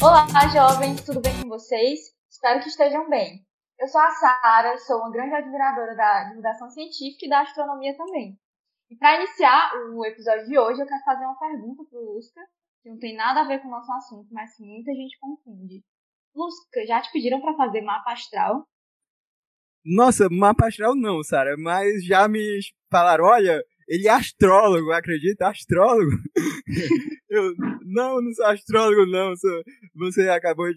Olá, jovens, tudo bem com vocês? Espero que estejam bem. Eu sou a Sara, sou uma grande admiradora da divulgação científica e da astronomia também. E para iniciar o episódio de hoje, eu quero fazer uma pergunta para o Lusca, que não tem nada a ver com o nosso assunto, mas que muita gente confunde. Lusca, já te pediram para fazer mapa astral? Nossa, mapa astral não, Sara, mas já me falaram, olha, ele é astrólogo, acredita? Astrólogo? Eu não sou astrólogo, não. Você acabou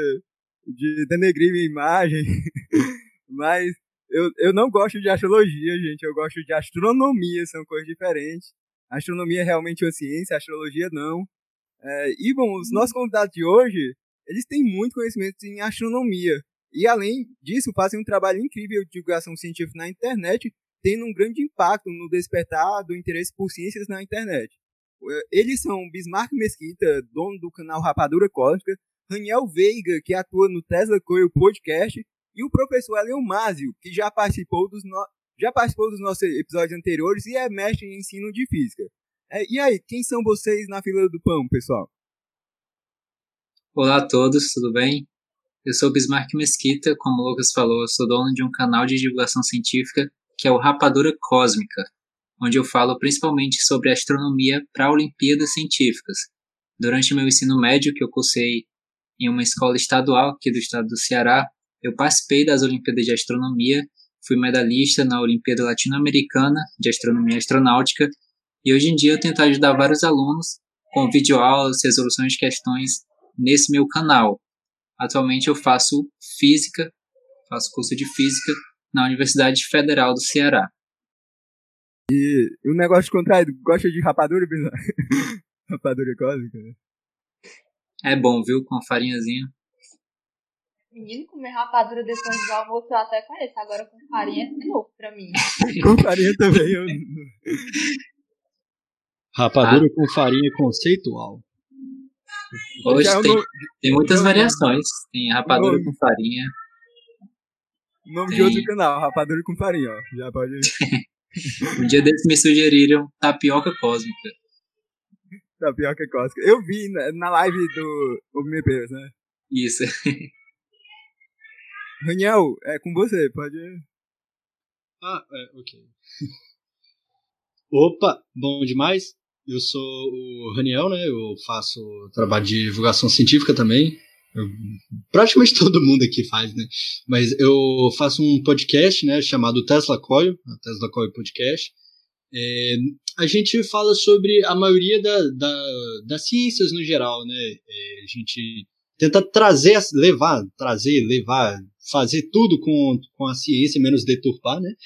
de denegrir minha imagem. Mas eu não gosto de astrologia, gente. Eu gosto de astronomia, são coisas diferentes. Astronomia é realmente uma ciência, astrologia não. E, bom, os nossos convidados de hoje, eles têm muito conhecimento em astronomia. E, além disso, fazem um trabalho incrível de divulgação científica na internet, tendo um grande impacto no despertar do interesse por ciências na internet. Eles são Bismarck Mesquita, dono do canal Rapadura Cósmica, Raniel Veiga, que atua no Tesla Coil Podcast, e o professor Elion Másio, que já participou dos nossos episódios anteriores e é mestre em ensino de física. E aí, quem são vocês na fila do pão, pessoal? Olá a todos, tudo bem? Eu sou Bismarck Mesquita, como o Lucas falou, eu sou dono de um canal de divulgação científica que é o Rapadura Cósmica, onde eu falo principalmente sobre astronomia para Olimpíadas Científicas. Durante meu ensino médio, que eu cursei em uma escola estadual aqui do estado do Ceará, eu participei das Olimpíadas de Astronomia, fui medalhista na Olimpíada Latino-Americana de Astronomia e Astronáutica, e hoje em dia eu tento ajudar vários alunos com videoaulas, resoluções de questões nesse meu canal. Atualmente eu faço curso de Física na Universidade Federal do Ceará. E o negócio contraído, gosta de rapadura, Bismarck? Rapadura cósmica? É bom, viu? Com a farinhazinha. Menino, comer rapadura depois do almoço eu até conheço, agora com farinha é novo pra mim. Com farinha também. Rapadura com farinha conceitual. Hoje tem muitas variações. Tem rapadura com farinha. Nome de outro canal, Rapadura com farinha, ó. Já pode... Um dia desses me sugeriram tapioca cósmica. Tapioca cósmica. Eu vi na live do OmniPlayers, né? Isso. Raniel, é com você, pode... Ok. Opa, bom demais. Eu sou o Raniel, né? Eu faço trabalho de divulgação científica também. Praticamente todo mundo aqui faz, né? Mas eu faço um podcast, né? Chamado Tesla Coil, a Tesla Coil Podcast. A gente fala sobre a maioria das ciências no geral, né? A gente tenta levar, fazer tudo com a ciência, menos deturpar, né?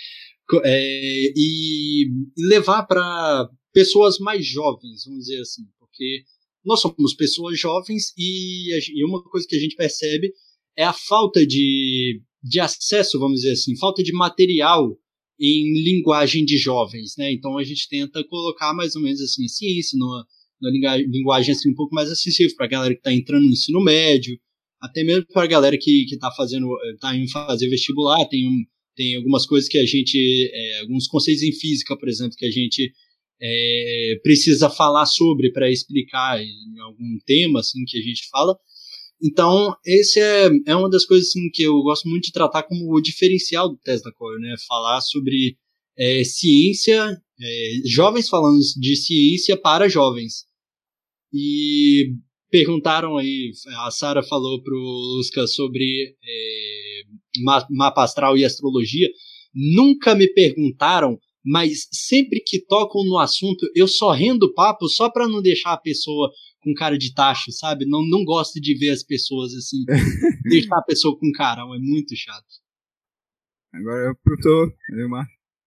E levar para pessoas mais jovens, vamos dizer assim, porque nós somos pessoas jovens e uma coisa que a gente percebe é a falta de acesso, vamos dizer assim, falta de material em linguagem de jovens, né? Então a gente tenta colocar mais ou menos assim a ciência numa linguagem assim um pouco mais acessível para a galera que está entrando no ensino médio, até mesmo para a galera que está indo fazer vestibular, tem algumas coisas que a gente, alguns conceitos em física, por exemplo, que a gente precisa falar sobre para explicar em algum tema assim que a gente fala. Então, esse é uma das coisas assim, que eu gosto muito de tratar como o diferencial do Tesla Coil, né? Falar sobre ciência, jovens falando de ciência para jovens. E perguntaram aí, a Sara falou pro Lusca sobre mapa astral e astrologia. Nunca me perguntaram, mas sempre que tocam no assunto, eu só rendo papo só para não deixar a pessoa com cara de tacho, sabe? Não gosto de ver as pessoas assim, deixar a pessoa com carão, é muito chato. Agora é o professor Elmar.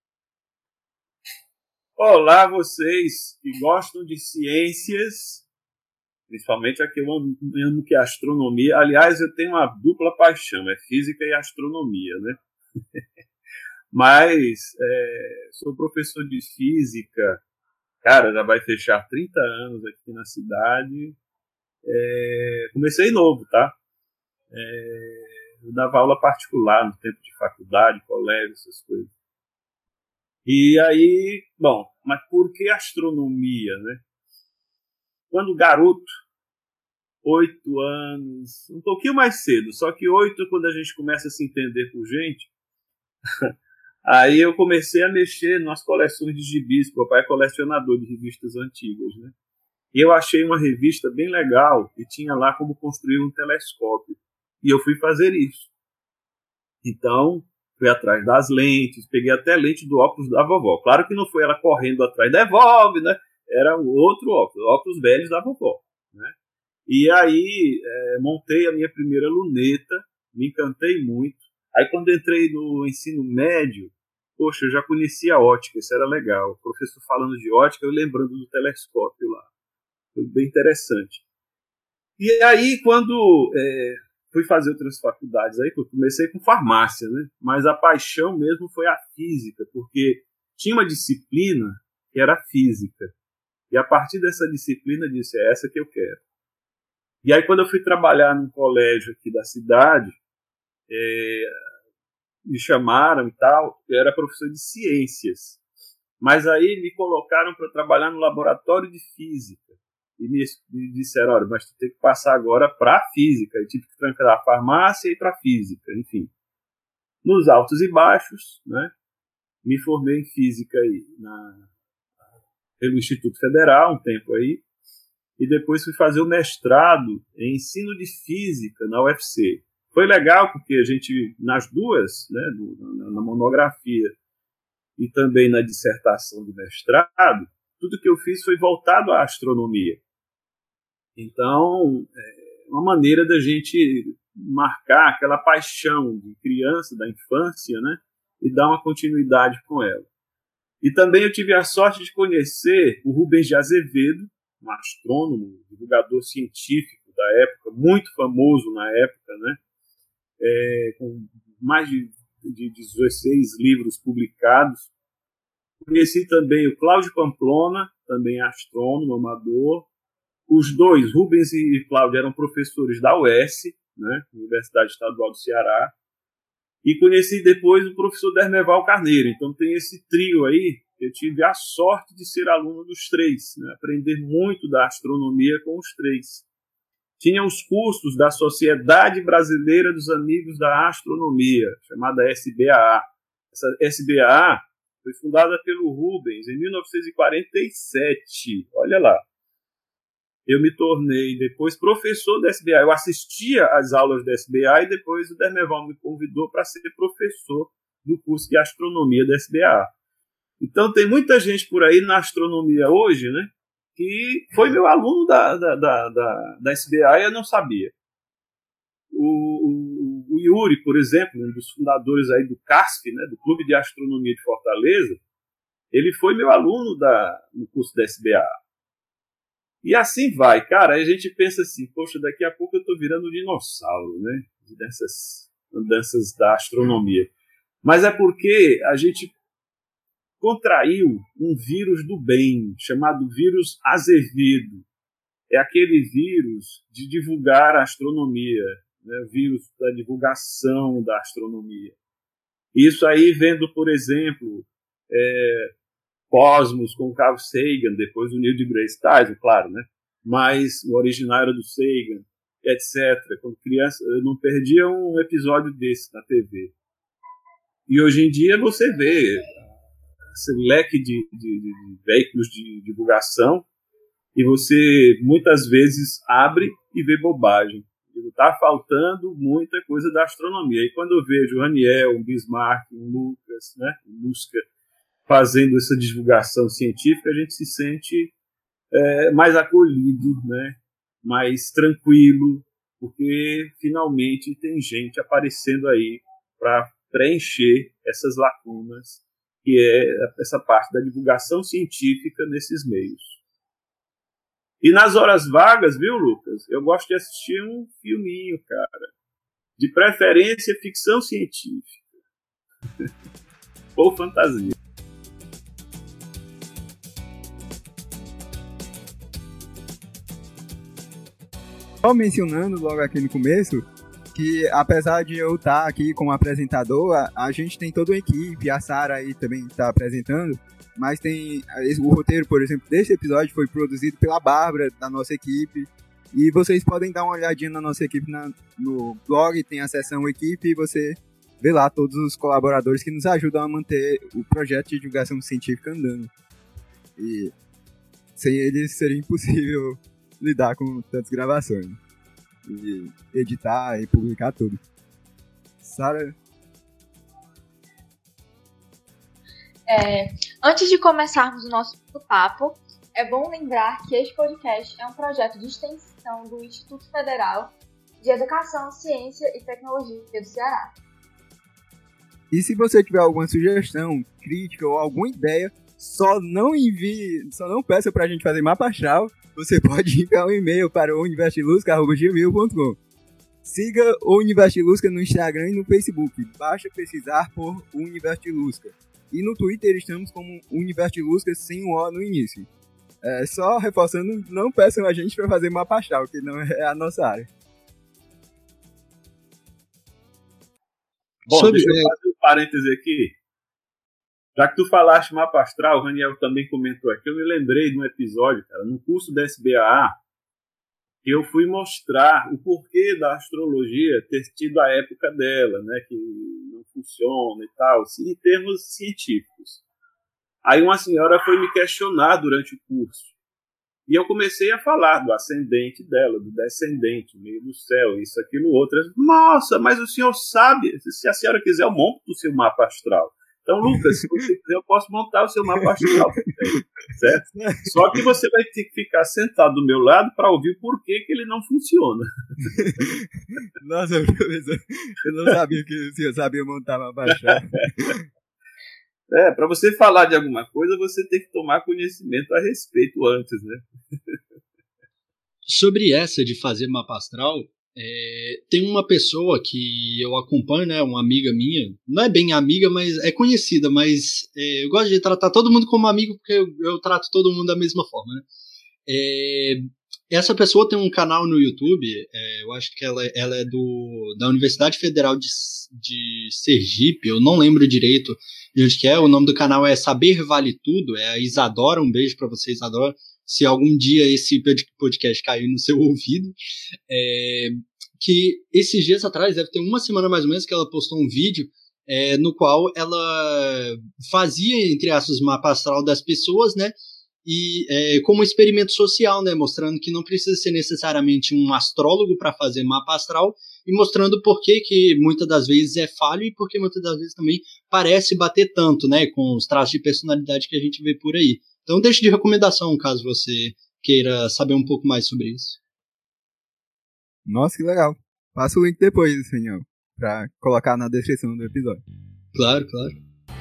Olá, vocês que gostam de ciências, principalmente aqui eu amo que é astronomia. Aliás, eu tenho uma dupla paixão, é física e astronomia, né? Mas sou professor de física, cara, já vai fechar 30 anos aqui na cidade. Comecei novo, tá? Eu dava aula particular no tempo de faculdade, colégio, essas coisas. E aí, bom, mas por que astronomia, né? Quando garoto, 8 anos, um pouquinho mais cedo, só que 8 quando a gente começa a se entender por gente. Aí eu comecei a mexer nas coleções de gibis, meu pai é colecionador de revistas antigas, né? E eu achei uma revista bem legal e tinha lá como construir um telescópio. E eu fui fazer isso. Então, fui atrás das lentes, peguei até a lente do óculos da vovó. Claro que não foi ela correndo atrás, devolve, né? Era o outro óculos velhos da vovó, né? E aí montei a minha primeira luneta, me encantei muito. Aí quando entrei no ensino médio, poxa, eu já conhecia a ótica, isso era legal. O professor falando de ótica, eu lembrando do telescópio lá. Foi bem interessante. E aí, quando fui fazer outras faculdades, aí eu comecei com farmácia, né? Mas a paixão mesmo foi a física, porque tinha uma disciplina que era física. E a partir dessa disciplina, eu disse, é essa que eu quero. E aí, quando eu fui trabalhar num colégio aqui da cidade, me chamaram e tal, eu era professor de ciências. Mas aí me colocaram para trabalhar no laboratório de física. E me disseram, olha, mas tu tem que passar agora para a física. Eu tive que trancar a farmácia e para a física, enfim. Nos altos e baixos, né? Me formei em física aí pelo Instituto Federal, um tempo aí. E depois fui fazer o mestrado em ensino de física na UFC. Foi legal porque a gente, nas duas, né, na monografia e também na dissertação do mestrado, tudo que eu fiz foi voltado à astronomia. Então, uma maneira da gente marcar aquela paixão de criança, da infância, né, e dar uma continuidade com ela. E também eu tive a sorte de conhecer o Rubens de Azevedo, um astrônomo, divulgador científico da época, muito famoso na época, né, com mais de 16 livros publicados. Conheci também o Cláudio Pamplona, também astrônomo, amador. Os dois, Rubens e Cláudio, eram professores da UES, né, Universidade Estadual do Ceará. E conheci depois o professor Dermeval Carneiro. Então tem esse trio aí, eu tive a sorte de ser aluno dos três, né, aprender muito da astronomia com os três. Tinha os cursos da Sociedade Brasileira dos Amigos da Astronomia, chamada SBAA. Essa SBAA foi fundada pelo Rubens em 1947. Olha lá. Eu me tornei depois professor da SBA. Eu assistia às aulas da SBA e depois o Dermeval me convidou para ser professor do curso de astronomia da SBA. Então tem muita gente por aí na astronomia hoje, né, que foi meu aluno da SBA e eu não sabia. O Yuri, por exemplo, um dos fundadores aí do CASP, né, do Clube de Astronomia de Fortaleza, ele foi meu aluno no curso da SBA. E assim vai, cara. Aí a gente pensa assim, poxa, daqui a pouco eu estou virando um dinossauro, né, dessas andanças da astronomia. Mas é porque a gente contraiu um vírus do bem, chamado vírus Azevedo. É aquele vírus de divulgar a astronomia, né, o vírus da divulgação da astronomia. Isso aí vendo, por exemplo, Cosmos com o Carl Sagan, depois o Neil deGrasse Tyson, claro, né? Mas o original era do Sagan, etc. Quando criança, eu não perdia um episódio desse na TV. E hoje em dia você vê esse leque de veículos de divulgação e você muitas vezes abre e vê bobagem. Está faltando muita coisa da astronomia. E quando eu vejo o Raniel, o Bismarck, o Lucas, né, o Lusca, fazendo essa divulgação científica, a gente se sente mais acolhido, né, mais tranquilo, porque finalmente tem gente aparecendo aí para preencher essas lacunas, que é essa parte da divulgação científica nesses meios. E nas horas vagas, viu, Lucas? Eu gosto de assistir um filminho, cara. De preferência, ficção científica. Ou fantasia. Só mencionando logo aqui no começo, que apesar de eu estar aqui como apresentador, a gente tem toda uma equipe, a Sara aí também está apresentando, mas tem o roteiro, por exemplo, desse episódio foi produzido pela Bárbara, da nossa equipe, E vocês podem dar uma olhadinha na nossa equipe no blog, tem a seção equipe e você vê lá todos os colaboradores que nos ajudam a manter o projeto de divulgação científica andando. E sem eles seria impossível lidar com tantas gravações. E editar e publicar tudo. Sara? Antes de começarmos o nosso papo, é bom lembrar que este podcast é um projeto de extensão do Instituto Federal de Educação, Ciência e Tecnologia do Ceará. E se você tiver alguma sugestão, crítica ou alguma ideia, só não peça pra gente fazer mapa astral, você pode enviar um e-mail para o univertilusca@gmail.com. Siga o Univertilusca no Instagram e no Facebook, basta pesquisar por Univertilusca. E no Twitter estamos como Univertilusca sem um O no início. Só reforçando, não peçam a gente para fazer mapa astral, que não é a nossa área. Bom, deixa eu fazer um parêntese aqui. Já que tu falaste mapa astral, o Raniel também comentou aqui, eu me lembrei de um episódio, cara, no curso da SBAA, que eu fui mostrar o porquê da astrologia ter tido a época dela, né, que não funciona e tal, assim, em termos científicos. Aí uma senhora foi me questionar durante o curso. E eu comecei a falar do ascendente dela, do descendente, meio do céu, isso, aquilo, outro. Nossa, mas o senhor sabe, se a senhora quiser, eu monto o seu mapa astral. Então, Lucas, se você quiser, eu posso montar o seu mapa astral, certo? Só que você vai ter que ficar sentado do meu lado para ouvir o porquê que ele não funciona. Nossa, professor, eu não sabia que o senhor sabia montar mapa astral. Para você falar de alguma coisa, você tem que tomar conhecimento a respeito antes, né? Sobre essa de fazer mapa astral, tem uma pessoa que eu acompanho, né, uma amiga minha, não é bem amiga, mas é conhecida, mas eu gosto de tratar todo mundo como amigo porque eu trato todo mundo da mesma forma, né? Essa pessoa tem um canal no YouTube, eu acho que ela é da Universidade Federal de Sergipe, eu não lembro direito de onde que é, o nome do canal é Saber Vale Tudo, é a Isadora, um beijo pra você, Isadora, se algum dia esse podcast cair no seu ouvido, que esses dias atrás, deve ter uma semana mais ou menos, que ela postou um vídeo no qual ela fazia, entre aspas, mapa astral das pessoas, né, e como um experimento social, né, mostrando que não precisa ser necessariamente um astrólogo para fazer mapa astral, e mostrando por que muitas das vezes é falho e por que muitas das vezes também parece bater tanto, né, com os traços de personalidade que a gente vê por aí. Então deixo de recomendação caso você queira saber um pouco mais sobre isso. Nossa, que legal. Passa o link depois, senhor, para colocar na descrição do episódio. Claro, claro.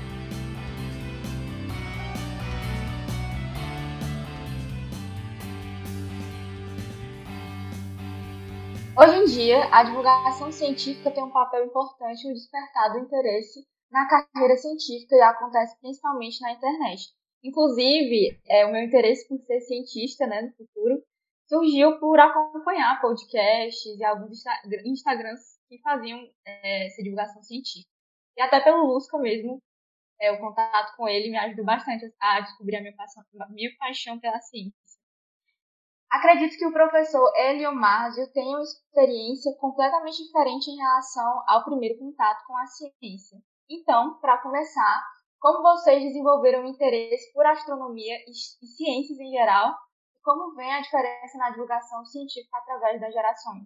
Hoje em dia, a divulgação científica tem um papel importante no despertar do interesse na carreira científica e acontece principalmente na internet. Inclusive, o meu interesse por ser cientista, né, no futuro surgiu por acompanhar podcasts e alguns Instagrams que faziam essa divulgação científica. E até pelo Lusca mesmo, o contato com ele me ajudou bastante a descobrir a minha paixão pela ciência. Acredito que o professor Eliomásio tenha uma experiência completamente diferente em relação ao primeiro contato com a ciência. Então, para começar, como vocês desenvolveram o interesse por astronomia e ciências em geral, e como vem a diferença na divulgação científica através das gerações?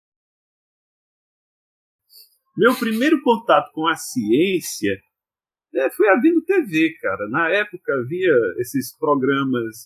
Meu primeiro contato com a ciência foi a vendo TV, cara. Na época havia esses programas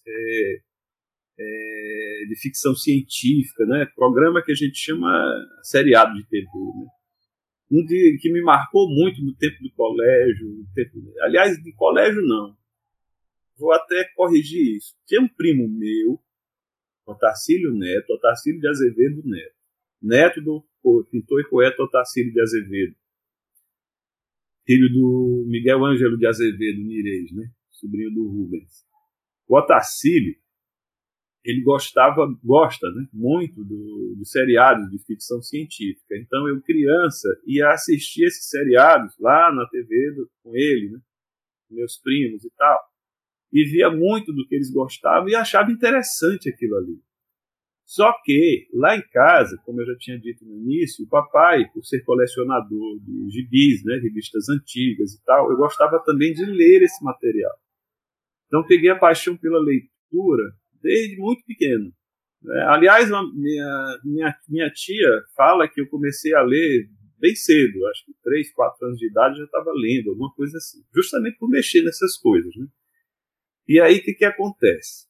de ficção científica, né? Programa que a gente chama seriado de TV, né? Um que me marcou muito no tempo do colégio, aliás, de colégio não, vou até corrigir isso. Tinha um primo meu, Otacílio Neto, Otacílio de Azevedo Neto, neto do pintor e poeta Otacílio de Azevedo, filho do Miguel Ângelo de Azevedo Nirez, né? Sobrinho do Rubens. O Otacílio, ele gosta, né, muito dos seriados de ficção científica. Então, eu, criança, ia assistir esses seriados lá na TV com ele, né, com meus primos e tal, e via muito do que eles gostavam e achava interessante aquilo ali. Só que, lá em casa, como eu já tinha dito no início, o papai, por ser colecionador de gibis, né, revistas antigas e tal, eu gostava também de ler esse material. Então, peguei a paixão pela leitura desde muito pequeno. Aliás, minha tia fala que eu comecei a ler bem cedo, acho que 3, 4 anos de idade eu já estava lendo, alguma coisa assim, justamente por mexer nessas coisas, né? E aí, o que acontece?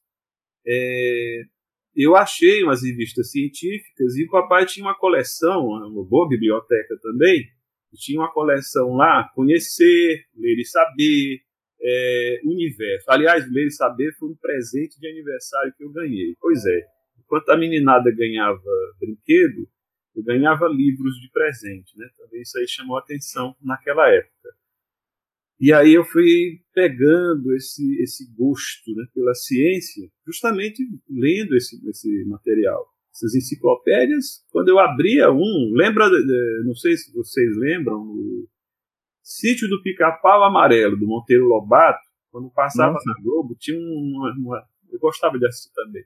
Eu achei umas revistas científicas e o papai tinha uma coleção, uma boa biblioteca também, tinha uma coleção lá, Conhecer, Ler e Saber, Universo. Aliás, Ler e Saber foi um presente de aniversário que eu ganhei. Pois é, enquanto a meninada ganhava brinquedo, eu ganhava livros de presente, né? Também isso aí chamou atenção naquela época. E aí eu fui pegando esse gosto, né, pela ciência, justamente lendo esse material. Essas enciclopédias, quando eu abria lembra, não sei se vocês lembram, o Sítio do Pica-Pau Amarelo, do Monteiro Lobato, quando passava na Globo, tinha eu gostava de assistir também,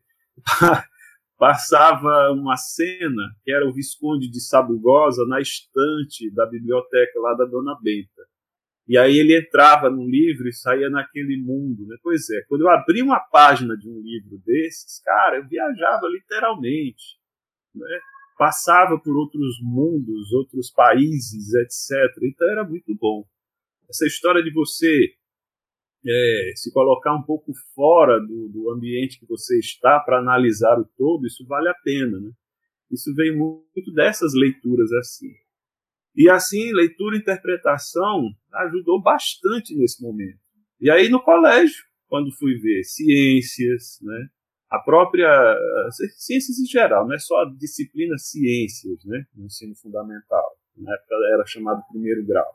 passava uma cena que era o Visconde de Sabugosa na estante da biblioteca lá da Dona Benta. E aí ele entrava no livro e saía naquele mundo, né? Pois é, quando eu abri uma página de um livro desses, cara, eu viajava literalmente, né? Passava por outros mundos, outros países, etc. Então era muito bom. Essa história de você se colocar um pouco fora do ambiente que você está para analisar o todo, isso vale a pena, né? Isso vem muito dessas leituras assim. E assim, leitura e interpretação ajudou bastante nesse momento. E aí no colégio, quando fui ver ciências, né, a própria ciências em geral, não é só a disciplina ciências, né, no ensino fundamental, na época era chamado primeiro grau,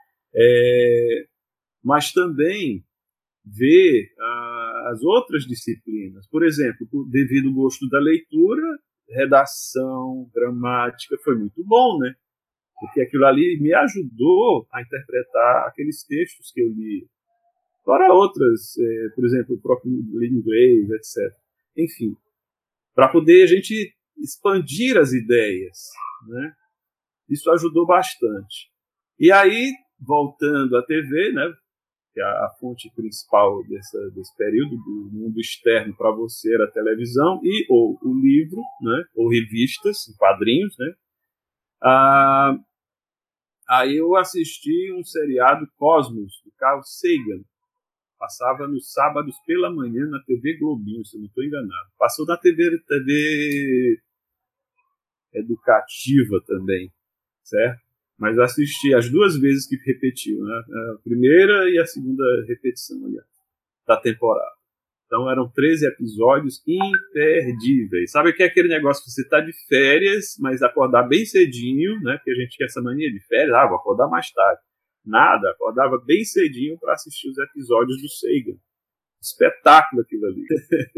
mas também ver as outras disciplinas. Por exemplo, devido ao gosto da leitura, redação, gramática, foi muito bom, né? Porque aquilo ali me ajudou a interpretar aqueles textos que eu li. Fora outras, por exemplo, o próprio inglês, etc. Enfim, para poder a gente expandir as ideias, né? Isso ajudou bastante. E aí, voltando à TV, né, que é a fonte principal desse período, do mundo externo para você era a televisão, ou o livro, né, ou revistas, quadrinhos, né? Aí eu assisti um seriado Cosmos, do Carl Sagan. Passava nos sábados pela manhã na TV Globinho, se eu não estou enganado. Passou na TV educativa também, certo? Mas eu assisti as 2 vezes que repetiu, né? A primeira e a segunda repetição, aliás, da temporada. Então eram 13 episódios imperdíveis. Sabe que é aquele negócio que você está de férias, mas acordar bem cedinho, né? Porque a gente quer essa mania de férias, vou acordar mais tarde. Nada, acordava bem cedinho para assistir os episódios do Sagan. Espetáculo aquilo ali.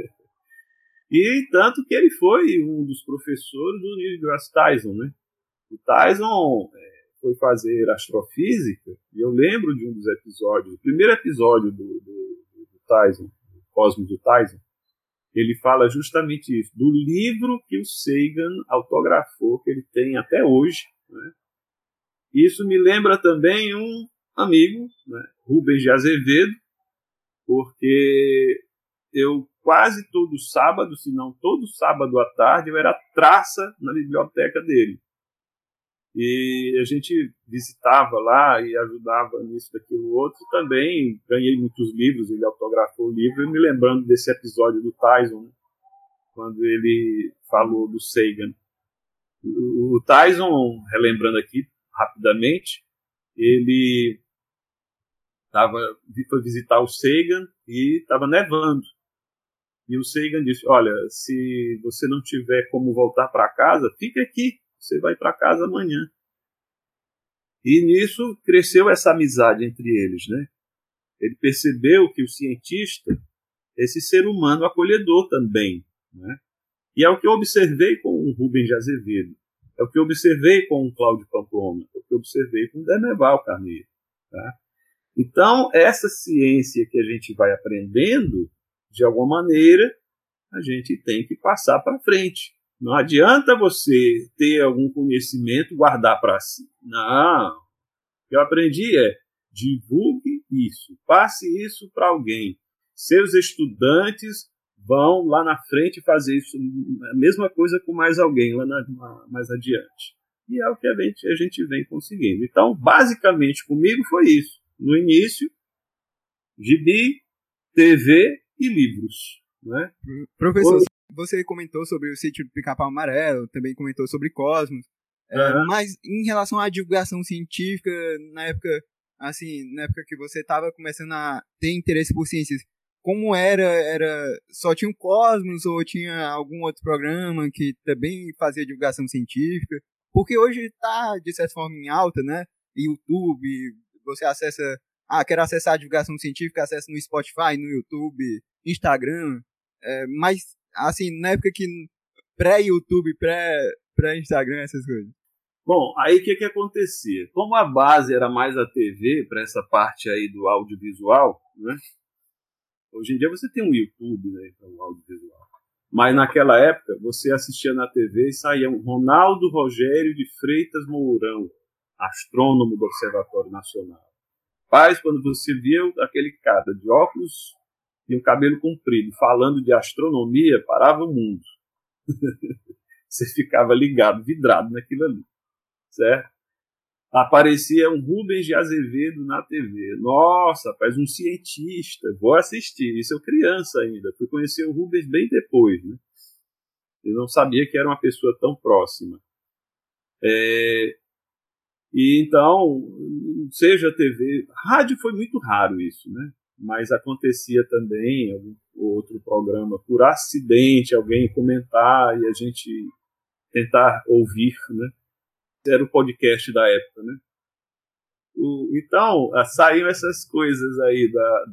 E tanto que ele foi um dos professores do Neil deGrasse Tyson, né? O Tyson foi fazer astrofísica, e eu lembro de um dos episódios, o primeiro episódio do Tyson, Cosmos do Tyson, ele fala justamente isso, do livro que o Sagan autografou, que ele tem até hoje, né? Isso me lembra também um amigo, né, Rubens de Azevedo, porque eu quase todo sábado, se não todo sábado à tarde, eu era traça na biblioteca dele. E a gente visitava lá e ajudava nisso, daquilo, outro. Também ganhei muitos livros, ele autografou o livro, e me lembrando desse episódio do Tyson, né, quando ele falou do Sagan. O Tyson, relembrando aqui rapidamente, ele foi visitar o Sagan e estava nevando. E o Sagan disse, olha, se você não tiver como voltar para casa, fica aqui, você vai para casa amanhã. E nisso cresceu essa amizade entre eles, né? Ele percebeu que o cientista é esse ser humano acolhedor também, né? E é o que eu observei com o Rubens de Azevedo, é o que eu observei com o Cláudio Pamplona, é o que eu observei com o Deneval Carneiro, tá? Então, essa ciência que a gente vai aprendendo, de alguma maneira, a gente tem que passar para frente, Não adianta você ter algum conhecimento e guardar para si. Não. O que eu aprendi é divulgue isso, passe isso para alguém. Seus estudantes vão lá na frente fazer isso, a mesma coisa com mais alguém mais adiante. E é o que a gente vem conseguindo. Então, basicamente, comigo foi isso. No início, gibi, TV e livros. Né? Professor, você comentou sobre o Sítio do Pica-Pau Amarelo, também comentou sobre Cosmos, mas em relação à divulgação científica, na época que você estava começando a ter interesse por ciências, como era só tinha o Cosmos ou tinha algum outro programa que também fazia divulgação científica? Porque hoje está, de certa forma, em alta, né? YouTube, você acessa, quer acessar a divulgação científica, acessa no Spotify, no YouTube, Instagram, mas, assim, na época que pré-YouTube, pré-Instagram, essas coisas. Bom, aí o que acontecia? Como a base era mais a TV, para essa parte aí do audiovisual, né? Hoje em dia você tem um YouTube, né, para o audiovisual. Mas naquela época, você assistia na TV e saía um Ronaldo Rogério de Freitas Mourão, astrônomo do Observatório Nacional. Mas quando você via aquele cara de óculos e um cabelo comprido falando de astronomia, parava o mundo. Você ficava ligado, vidrado naquilo ali, certo? Aparecia um Rubens de Azevedo na TV. Nossa, rapaz, um cientista, vou assistir. Isso eu criança ainda. Fui conhecer o Rubens bem depois, né? Eu não sabia que era uma pessoa tão próxima. E então, seja TV... Rádio foi muito raro isso, né? Mas acontecia também algum outro programa, por acidente, alguém comentar e a gente tentar ouvir, né? Era o podcast da época, né? Então, saíram essas coisas aí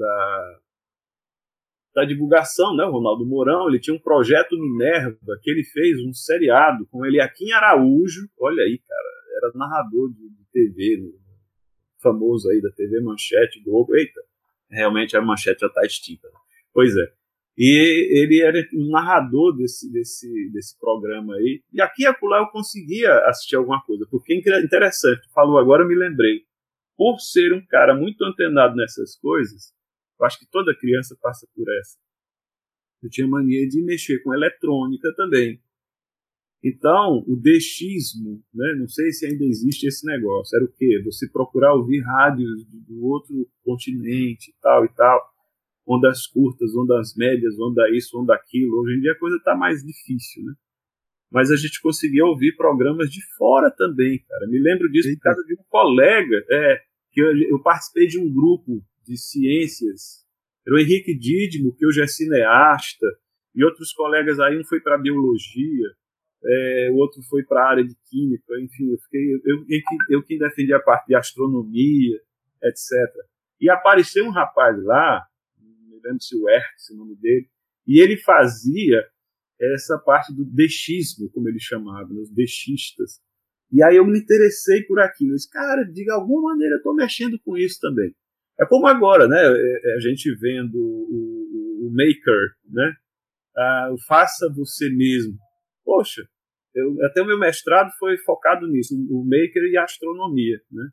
da divulgação, né? O Ronaldo Mourão, ele tinha um projeto Minerva, que ele fez um seriado com Eliakim Araújo, olha aí, cara, era narrador de TV, né? Famoso aí da TV Manchete, Globo, eita, realmente a Manchete já está extinta. Pois é. E ele era um narrador desse programa aí. E aqui e acolá eu conseguia assistir alguma coisa. Porque interessante, falou agora, eu me lembrei. Por ser um cara muito antenado nessas coisas, eu acho que toda criança passa por essa. Eu tinha mania de mexer com eletrônica também. Então, o DXismo, né, não sei se ainda existe esse negócio, era o quê? Você procurar ouvir rádios do outro continente e tal, ondas curtas, ondas médias, onda isso, onda aquilo. Hoje em dia a coisa está mais difícil, né? Mas a gente conseguia ouvir programas de fora também, cara. Me lembro disso por causa de um colega, que eu participei de um grupo de ciências. Era o Henrique Dídimo, que hoje é cineasta, e outros colegas aí, um foi para biologia, o outro foi para a área de química, enfim, eu que defendia a parte de astronomia, etc. E apareceu um rapaz lá, não me lembro se o Hertz, o nome dele, e ele fazia essa parte do DXismo, como ele chamava, os DXistas. E aí eu me interessei por aquilo. Eu disse, cara, de alguma maneira eu estou mexendo com isso também. É como agora, né? A gente vendo o Maker, né? O faça você mesmo. Poxa, até o meu mestrado foi focado nisso, o Maker e a astronomia, né?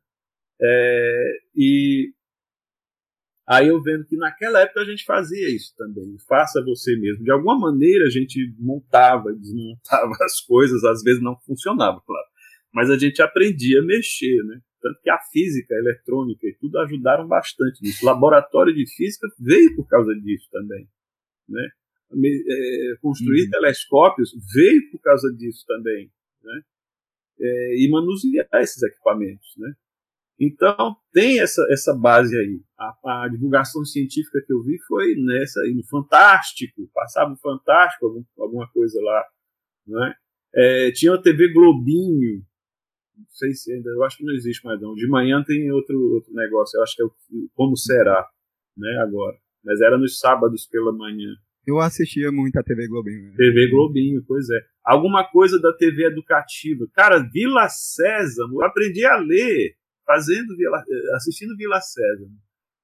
E aí eu vendo que naquela época a gente fazia isso também, faça você mesmo. De alguma maneira a gente montava, desmontava as coisas, às vezes não funcionava, claro. Mas a gente aprendia a mexer, né? Tanto que a física, a eletrônica e tudo ajudaram bastante nisso. O laboratório de física veio por causa disso também, né? Construir telescópios veio por causa disso também, né? E manusear esses equipamentos, né? Então, tem essa base aí. A divulgação científica que eu vi foi nessa aí, no Fantástico. Passava o Fantástico, alguma coisa lá. Né? Tinha a TV Globinho. Não sei se ainda... Eu acho que não existe mais, não. De manhã tem outro negócio. Eu acho que é o Como Será, né, agora. Mas era nos sábados pela manhã. Eu assistia muito a TV Globinho. Né? TV Globinho, pois é. Alguma coisa da TV educativa. Cara, Vila Sésamo, eu aprendi a ler assistindo Vila Sésamo.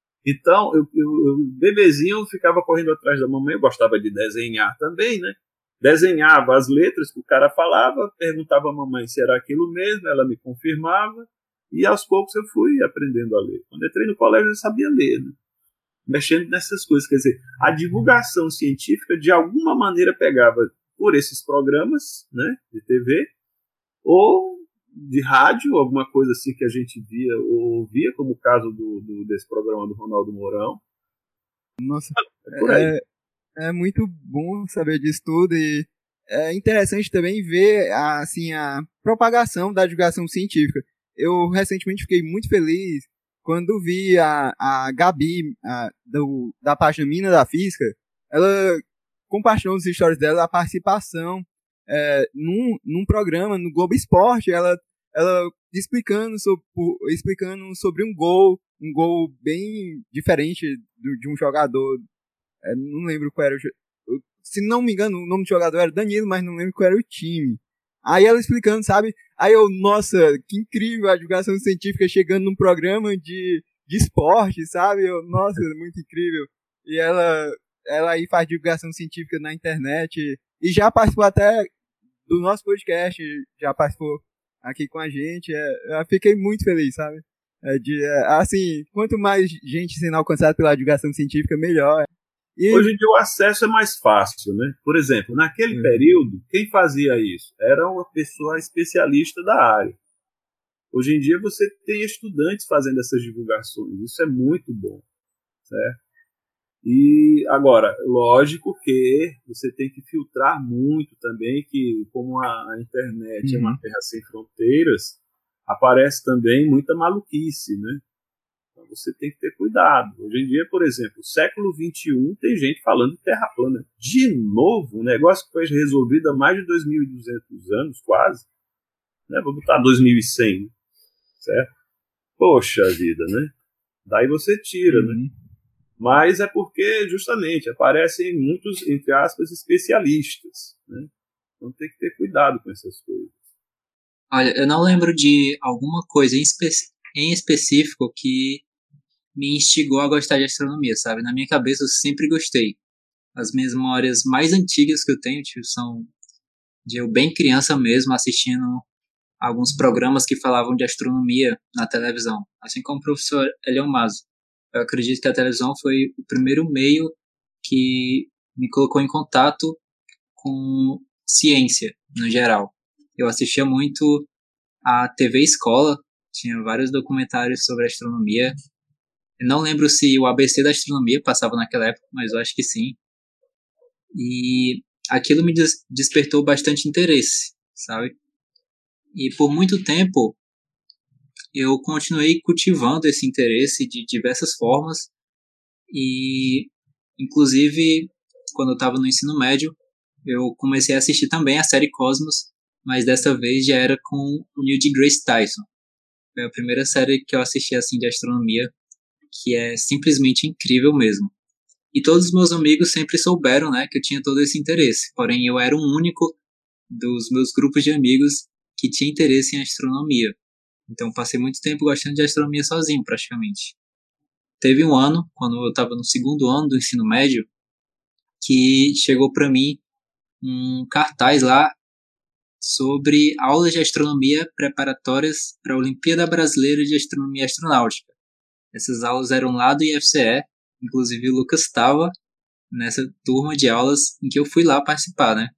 Então, eu bebezinho, eu ficava correndo atrás da mamãe, eu gostava de desenhar também, né? desenhava as letras que o cara falava, perguntava à mamãe se era aquilo mesmo, ela me confirmava, e aos poucos eu fui aprendendo a ler. Quando entrei no colégio eu sabia ler, né? Mexendo nessas coisas, quer dizer, a divulgação científica de alguma maneira pegava por esses programas, né, de TV, ou de rádio, alguma coisa assim que a gente via ou ouvia, como o caso desse programa do Ronaldo Mourão. Nossa, por aí. É muito bom saber disso tudo e é interessante também ver assim, a propagação da divulgação científica. Eu recentemente fiquei muito feliz quando vi a Gabi, da página Mina da Física, ela compartilhou nos stories dela a participação num programa no Globo Esporte, ela explicando sobre um gol bem diferente de um jogador. Não lembro qual era se não me engano, o nome do jogador era Danilo, mas não lembro qual era o time. Aí ela explicando, sabe? Aí eu, nossa, que incrível a divulgação científica chegando num programa de esporte, sabe? Eu, nossa, muito incrível. E ela aí faz divulgação científica na internet e já participou até do nosso podcast, já participou aqui com a gente. Eu fiquei muito feliz, sabe? Assim, quanto mais gente sendo alcançada pela divulgação científica, melhor. Hoje em dia o acesso é mais fácil, né? Por exemplo, naquele período, quem fazia isso? Era uma pessoa especialista da área. Hoje em dia você tem estudantes fazendo essas divulgações. Isso é muito bom, certo? E agora, lógico que você tem que filtrar muito também, que como a internet é uma terra sem fronteiras, aparece também muita maluquice, né? Então você tem que ter cuidado. Hoje em dia, por exemplo, século XXI, tem gente falando de terra plana. De novo, um negócio que foi resolvido há mais de 2.200 anos, quase. Né? Vou botar 2100, né? Certo? Poxa vida, né? Daí você tira, né? Mas é porque, justamente, aparecem muitos, entre aspas, especialistas, né? Então tem que ter cuidado com essas coisas. Olha, eu não lembro de alguma coisa em específico que me instigou a gostar de astronomia, sabe? Na minha cabeça eu sempre gostei. As minhas memórias mais antigas que eu tenho são de eu bem criança mesmo, assistindo alguns programas que falavam de astronomia na televisão, assim como o professor Elion Mazo. Eu acredito que a televisão foi o primeiro meio que me colocou em contato com ciência, no geral. Eu assistia muito a TV Escola, tinha vários documentários sobre astronomia. Eu não lembro se o ABC da astronomia passava naquela época, mas eu acho que sim. E aquilo me despertou bastante interesse, sabe? E por muito tempo eu continuei cultivando esse interesse de diversas formas. E, inclusive, quando eu estava no ensino médio, eu comecei a assistir também a série Cosmos, mas dessa vez já era com o Neil deGrasse Tyson. Foi a primeira série que eu assisti assim de astronomia, que é simplesmente incrível mesmo. E todos os meus amigos sempre souberam, né, que eu tinha todo esse interesse. Porém, eu era o único dos meus grupos de amigos que tinha interesse em astronomia. Então, passei muito tempo gostando de astronomia sozinho, praticamente. Teve um ano, quando eu estava no segundo ano do ensino médio, que chegou para mim um cartaz lá sobre aulas de astronomia preparatórias para a Olimpíada Brasileira de Astronomia e Astronáutica. Essas aulas eram lá do IFCE, inclusive o Lucas estava nessa turma de aulas em que eu fui lá participar, né?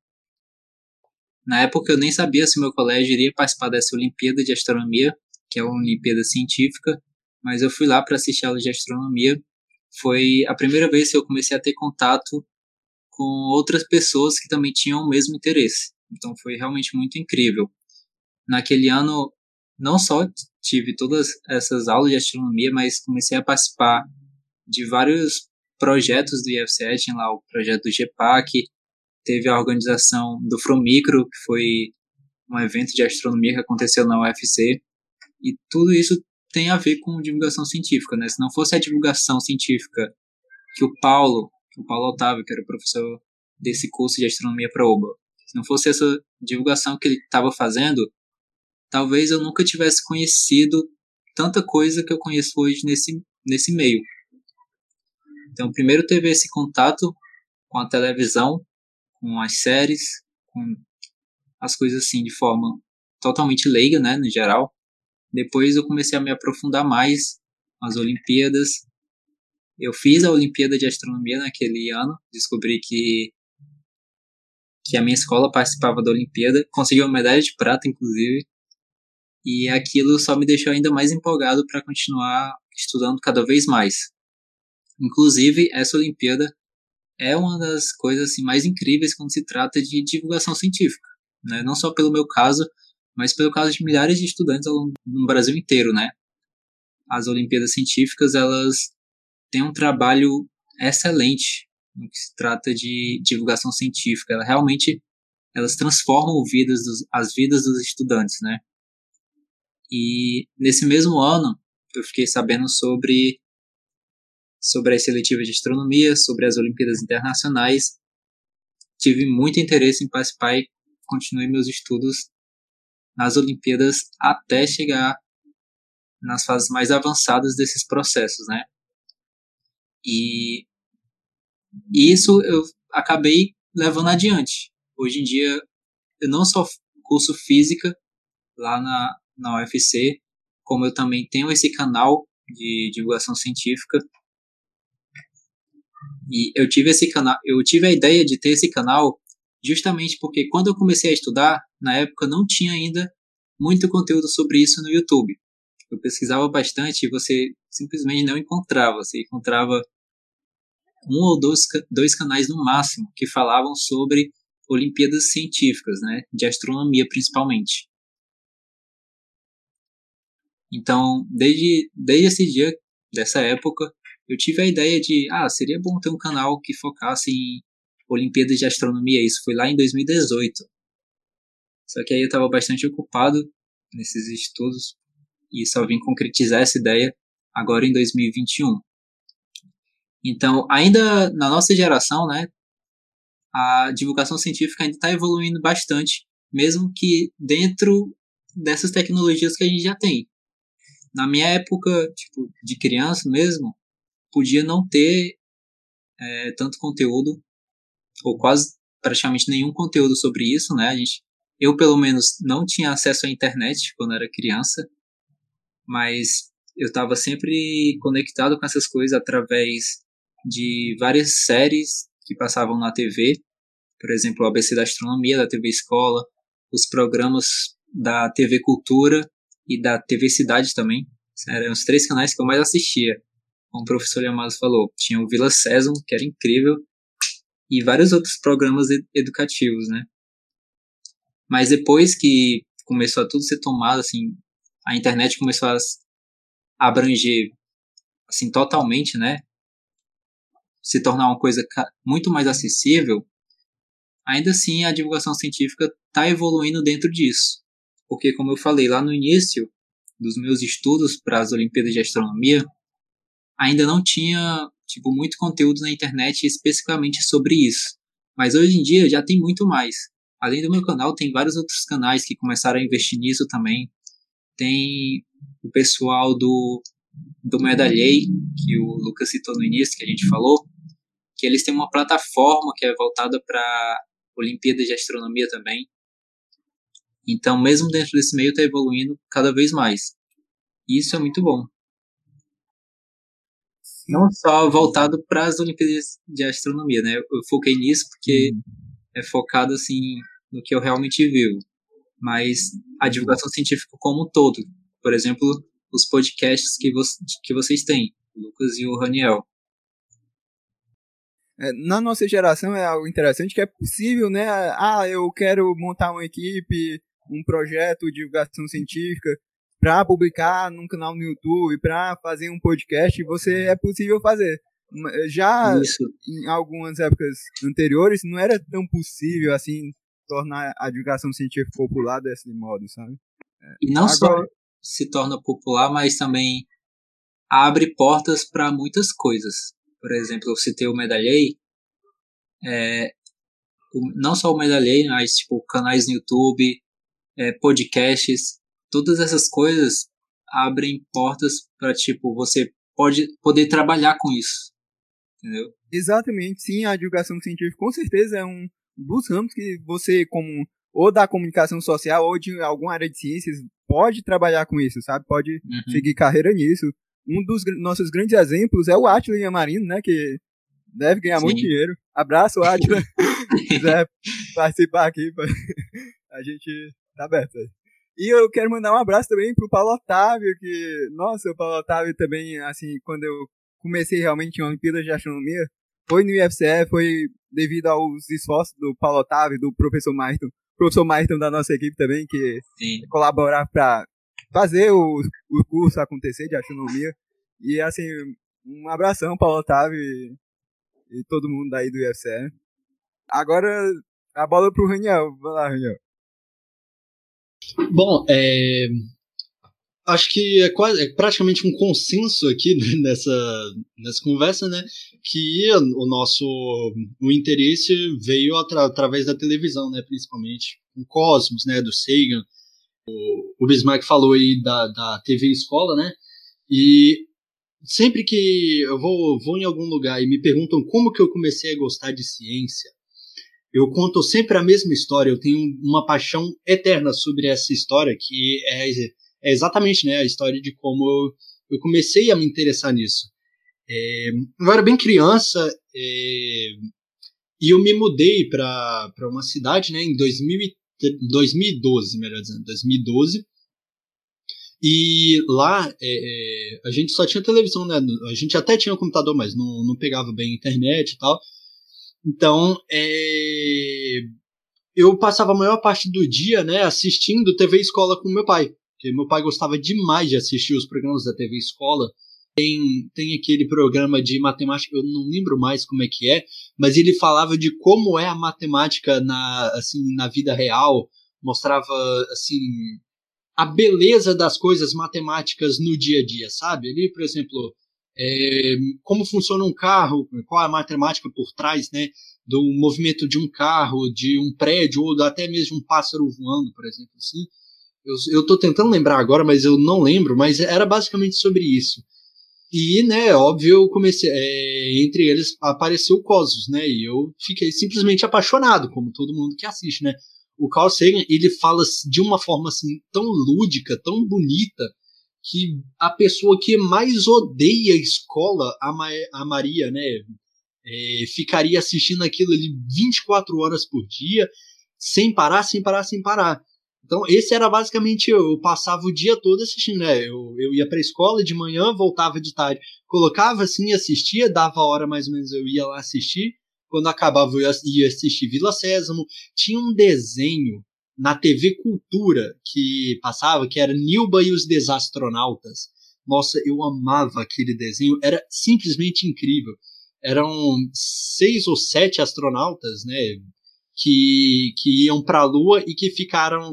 Na época eu nem sabia se o meu colégio iria participar dessa Olimpíada de Astronomia, que é uma Olimpíada científica, mas eu fui lá para assistir aulas de astronomia. Foi a primeira vez que eu comecei a ter contato com outras pessoas que também tinham o mesmo interesse. Então foi realmente muito incrível. Naquele ano, não só tive todas essas aulas de astronomia, mas comecei a participar de vários projetos do IFCE. Tinha lá o projeto do GEPAC, teve a organização do Fromicro, que foi um evento de astronomia que aconteceu na UFC. E tudo isso tem a ver com divulgação científica, né? Se não fosse a divulgação científica que o Paulo Otávio, que era o professor desse curso de astronomia para OBA, se não fosse essa divulgação que ele estava fazendo, talvez eu nunca tivesse conhecido tanta coisa que eu conheço hoje nesse meio. Então, primeiro teve esse contato com a televisão, com as séries, com as coisas assim de forma totalmente leiga, né, no geral. Depois eu comecei a me aprofundar mais nas Olimpíadas. Eu fiz a Olimpíada de Astronomia naquele ano, descobri que a minha escola participava da Olimpíada, consegui uma medalha de prata, inclusive, e aquilo só me deixou ainda mais empolgado para continuar estudando cada vez mais. Inclusive, essa Olimpíada é uma das coisas assim, mais incríveis quando se trata de divulgação científica, né? Não só pelo meu caso, mas pelo caso de milhares de estudantes no Brasil inteiro, né? As Olimpíadas Científicas, elas têm um trabalho excelente no que se trata de divulgação científica. Elas transformam as vidas dos estudantes, né? E nesse mesmo ano, eu fiquei sabendo sobre as seletivas de astronomia, sobre as Olimpíadas Internacionais. Tive muito interesse em participar e continuei meus estudos nas Olimpíadas até chegar nas fases mais avançadas desses processos, né? E isso eu acabei levando adiante. Hoje em dia, eu não só curso física lá na UFC, como eu também tenho esse canal de divulgação científica. E eu tive a ideia de ter esse canal justamente porque quando eu comecei a estudar, na época não tinha ainda muito conteúdo sobre isso no YouTube. Eu pesquisava bastante e você simplesmente não encontrava. Você encontrava um ou dois canais no máximo que falavam sobre Olimpíadas científicas, né, de astronomia principalmente. Então, desde esse dia, dessa época, eu tive a ideia de, seria bom ter um canal que focasse em Olimpíadas de Astronomia. Isso foi lá em 2018. Só que aí eu estava bastante ocupado nesses estudos e só vim concretizar essa ideia agora em 2021. Então, ainda na nossa geração, né, a divulgação científica ainda está evoluindo bastante, mesmo que dentro dessas tecnologias que a gente já tem. Na minha época, tipo, de criança mesmo, podia não ter tanto conteúdo, ou quase praticamente nenhum conteúdo sobre isso, né? Eu, pelo menos, não tinha acesso à internet quando era criança, mas eu estava sempre conectado com essas coisas através de várias séries que passavam na TV, por exemplo, o ABC da Astronomia, da TV Escola, os programas da TV Cultura e da TV Cidade também. Eram os 3 canais que eu mais assistia. Como o professor Yamato falou, tinha o Vila Sésamo, que era incrível, e vários outros programas educativos, né? Mas depois que começou a tudo ser tomado, assim, a internet começou a abranger, assim, totalmente, né? Se tornar uma coisa muito mais acessível, ainda assim a divulgação científica está evoluindo dentro disso. Porque, como eu falei lá no início dos meus estudos para as Olimpíadas de Astronomia, ainda não tinha muito conteúdo na internet especificamente sobre isso. Mas hoje em dia já tem muito mais. Além do meu canal, tem vários outros canais que começaram a investir nisso também. Tem o pessoal do Medalhei, que o Lucas citou no início, que a gente falou, que eles têm uma plataforma que é voltada para Olimpíadas de Astronomia também. Então, mesmo dentro desse meio, está evoluindo cada vez mais. E isso é muito bom. Não só voltado para as Olimpíadas de Astronomia, né? Eu foquei nisso porque é focado assim no que eu realmente vivo. Mas a divulgação científica como um todo. Por exemplo, os podcasts que vocês têm, o Lucas e o Raniel. Na nossa geração é algo interessante que é possível, né? Eu quero montar uma equipe, um projeto de divulgação científica para publicar num canal no YouTube, para fazer um podcast, é possível fazer. Já Isso. Em algumas épocas anteriores não era tão possível assim tornar a divulgação científica popular desse modo, sabe? E não só se torna popular, mas também abre portas para muitas coisas. Por exemplo, eu citei o Medalhei, não só o Medalhei, mas canais no YouTube, podcasts, todas essas coisas abrem portas para você poder trabalhar com isso, entendeu? Exatamente, sim, a divulgação científica com certeza é um dos ramos que você, como ou da comunicação social ou de alguma área de ciências, pode trabalhar com isso, sabe? Pode seguir carreira nisso. Um dos nossos grandes exemplos é o Átila Yamarino, né? Que deve ganhar muito dinheiro. Abraço, Átila. Se quiser participar aqui, a gente tá aberto aí. E eu quero mandar um abraço também pro Paulo Otávio, que, nossa, o Paulo Otávio também, assim, quando eu comecei realmente em Olimpíadas de Astronomia, foi no IFCE, foi devido aos esforços do Paulo Otávio, do professor Maiston da nossa equipe também, que colaborar para fazer o curso acontecer de astronomia. E, assim, um abração, Paulo Otávio e todo mundo aí do IFCE. Agora, a bola pro Raniel. Vai lá, Raniel. Bom, acho que é praticamente um consenso aqui nessa conversa, né? Que o interesse veio através da televisão, né? Principalmente o Cosmos, né? Do Sagan. O Bismarck falou aí da TV Escola, né? E sempre que eu vou em algum lugar e me perguntam como que eu comecei a gostar de ciência, eu conto sempre a mesma história. Eu tenho uma paixão eterna sobre essa história, que é exatamente, né, a história de como eu comecei a me interessar nisso. Eu era bem criança e eu me mudei para uma cidade, né, em 2012, melhor dizendo, 2012. E lá a gente só tinha televisão, né? A gente até tinha computador, mas não pegava bem a internet e tal. Então, eu passava a maior parte do dia, né, assistindo TV Escola com meu pai. Porque meu pai gostava demais de assistir os programas da TV Escola. Tem aquele programa de matemática, eu não lembro mais como é que é, mas ele falava de como é a matemática na vida real. Mostrava, assim, a beleza das coisas matemáticas no dia a dia, sabe? Ali, por exemplo, como funciona um carro, qual é a matemática por trás, né, do movimento de um carro, de um prédio, ou até mesmo um pássaro voando, por exemplo. Assim. Eu estou tentando lembrar agora, mas eu não lembro, mas era basicamente sobre isso. E, né, óbvio, eu comecei, entre eles apareceu o Cosmos, né, e eu fiquei simplesmente apaixonado, como todo mundo que assiste, né. O Carl Sagan, ele fala de uma forma assim tão lúdica, tão bonita, que a pessoa que mais odeia a escola amaria, né, ficaria assistindo aquilo ali 24 horas por dia, sem parar. Então, esse era basicamente eu passava o dia todo assistindo, né? Eu ia para a escola de manhã, voltava de tarde, colocava assim, assistia, dava a hora mais ou menos, eu ia lá assistir. Quando acabava, eu ia assistir Vila Sésamo. Tinha um desenho na TV Cultura que passava, que era Nilba e os Desastronautas. Nossa, eu amava aquele desenho, era simplesmente incrível. Eram 6 ou 7 astronautas, né? Que iam para a Lua e que ficavam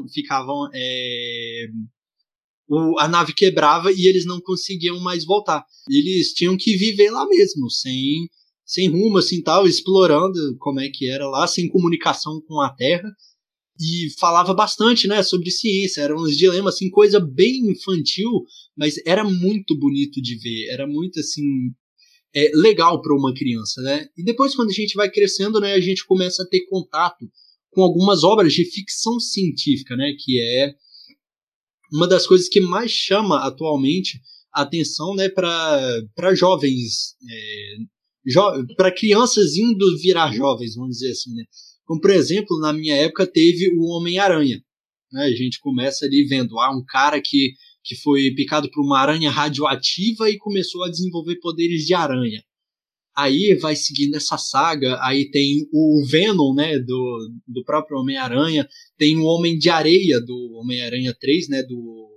a nave quebrava e eles não conseguiam mais voltar. Eles tinham que viver lá mesmo, sem rumo, assim, tal, explorando como é que era lá, sem comunicação com a Terra. E falava bastante, né, sobre ciência. Eram uns dilemas, assim, coisa bem infantil, mas era muito bonito de ver. Era muito, assim, legal para uma criança, né? E depois, quando a gente vai crescendo, né, a gente começa a ter contato com algumas obras de ficção científica, né, que é uma das coisas que mais chama atualmente a atenção, né, para jovens, para crianças indo virar jovens, vamos dizer assim, né? Como, por exemplo, na minha época teve o Homem-Aranha, né? A gente começa ali vendo um cara que foi picado por uma aranha radioativa e começou a desenvolver poderes de aranha. Aí vai seguindo essa saga, aí tem o Venom, né, do próprio Homem-Aranha, tem o Homem de Areia do Homem-Aranha 3, né, do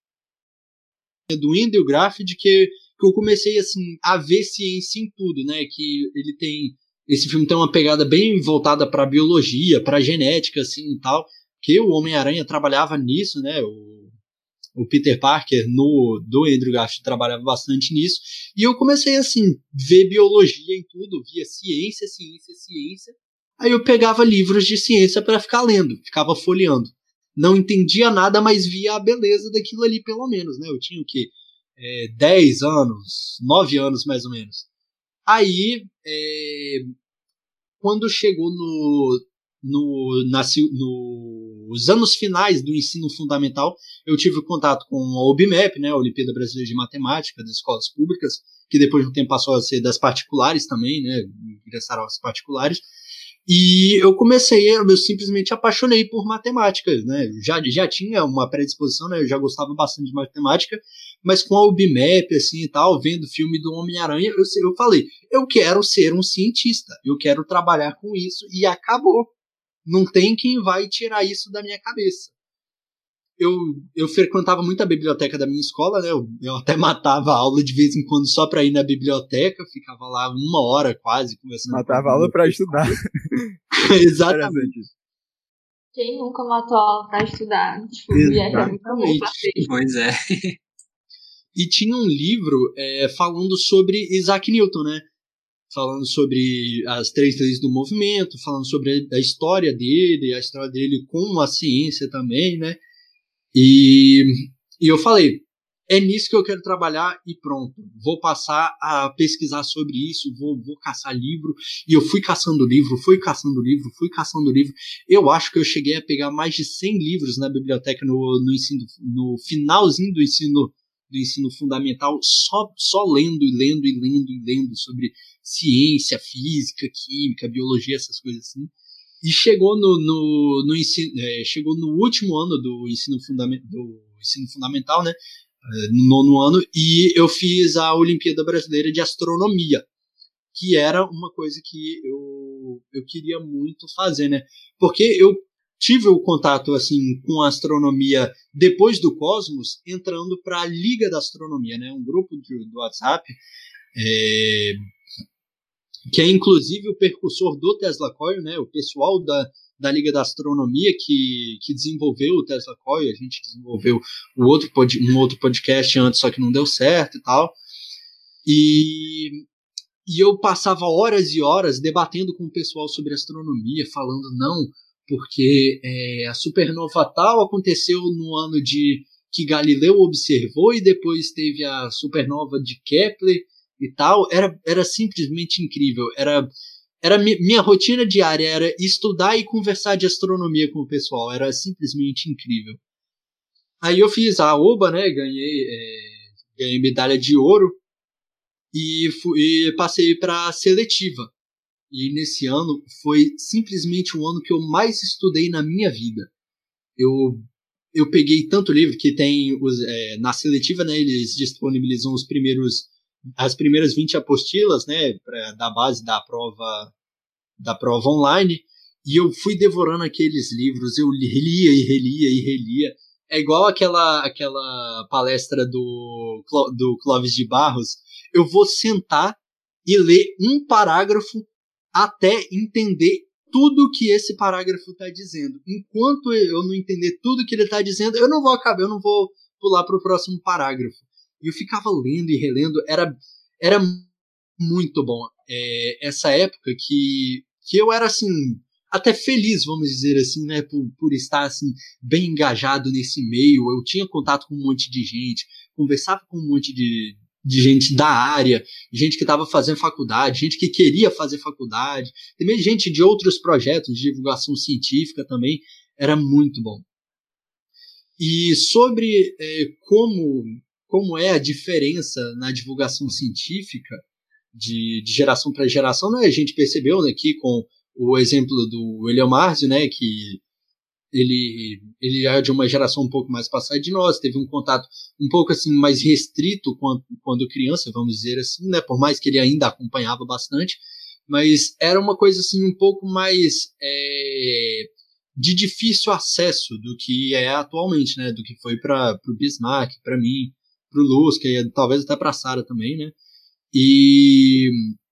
Andrew Garfield, que eu comecei assim a ver ciência em tudo, né, que esse filme tem uma pegada bem voltada para biologia, para genética, assim, e tal, que o Homem-Aranha trabalhava nisso, né, o Peter Parker do Andrew Garfield trabalhava bastante nisso, e eu comecei assim, ver biologia em tudo, via ciência, aí eu pegava livros de ciência para ficar lendo, ficava folheando, não entendia nada, mas via a beleza daquilo ali pelo menos, né, eu tinha o quê? 10 anos, 9 anos mais ou menos. Aí, quando chegou nos anos finais do ensino fundamental, eu tive contato com a OBMEP, né, a Olimpíada Brasileira de Matemática, das escolas públicas, que depois de um tempo passou a ser das particulares também, né, ingressaram às particulares. E eu simplesmente apaixonei por matemática, né? Já tinha uma predisposição, né? Eu já gostava bastante de matemática, mas com a UBMEP, assim, e tal, vendo o filme do Homem-Aranha, eu falei, eu quero ser um cientista, eu quero trabalhar com isso, e acabou. Não tem quem vai tirar isso da minha cabeça. Eu frequentava muito a biblioteca da minha escola, né? Eu até matava a aula de vez em quando só para ir na biblioteca, ficava lá 1 hora quase conversando. Matava a aula para estudar. Exatamente. Quem nunca matou a aula para estudar? Tipo, exatamente. Pois é. E tinha um livro falando sobre Isaac Newton, né? Falando sobre as 3 leis do movimento, falando sobre a história dele com a ciência também, né? E eu falei, é nisso que eu quero trabalhar e pronto. Vou passar a pesquisar sobre isso, vou caçar livro. E eu fui caçando livro. Eu acho que eu cheguei a pegar mais de 100 livros na biblioteca no finalzinho do ensino fundamental, só lendo sobre ciência, física, química, biologia, essas coisas assim. E chegou chegou no último ano do ensino fundamental, né? No 9º ano, e eu fiz a Olimpíada Brasileira de Astronomia, que era uma coisa que eu queria muito fazer, né? Porque eu tive o contato assim com a astronomia depois do Cosmos, entrando para a Liga da Astronomia, né? Um grupo do WhatsApp, que é inclusive o precursor do Tesla Coil, né? O pessoal da Liga da Astronomia que desenvolveu o Tesla Coil. A gente desenvolveu um outro podcast antes, só que não deu certo e tal. E eu passava horas e horas debatendo com o pessoal sobre astronomia, falando, não, porque a supernova tal aconteceu no ano que Galileu observou, e depois teve a supernova de Kepler e tal. Era simplesmente incrível. Minha rotina diária era estudar e conversar de astronomia com o pessoal. Era simplesmente incrível. Aí eu fiz a OBA, né? Ganhei medalha de ouro e passei para a seletiva. E nesse ano foi simplesmente o ano que eu mais estudei na minha vida. Eu peguei tanto livro que tem na seletiva, né? Eles disponibilizam as primeiras 20 apostilas, né, da base da prova online, e eu fui devorando aqueles livros. Eu relia e relia. É igual aquela palestra do Clóvis de Barros. Eu vou sentar e ler um parágrafo até entender tudo que esse parágrafo está dizendo. Enquanto eu não entender tudo que ele está dizendo, eu não vou pular para o próximo parágrafo. E eu ficava lendo e relendo, era muito bom. Essa época que eu era assim, até feliz, vamos dizer assim, né, por estar assim, bem engajado nesse meio. Eu tinha contato com um monte de gente, conversava com um monte de gente da área, gente que estava fazendo faculdade, gente que queria fazer faculdade, também gente de outros projetos de divulgação científica também. Era muito bom. E sobre como é a diferença na divulgação científica de geração para geração, né? A gente percebeu, né, aqui com o exemplo do William Marsden, né, que ele é de uma geração um pouco mais passada de nós, teve um contato um pouco assim mais restrito quando criança, vamos dizer assim, né, por mais que ele ainda acompanhava bastante, mas era uma coisa assim um pouco mais de difícil acesso do que é atualmente, né, do que foi para o Bismarck, para mim, para o Lusca e talvez até para a Sara também, né? E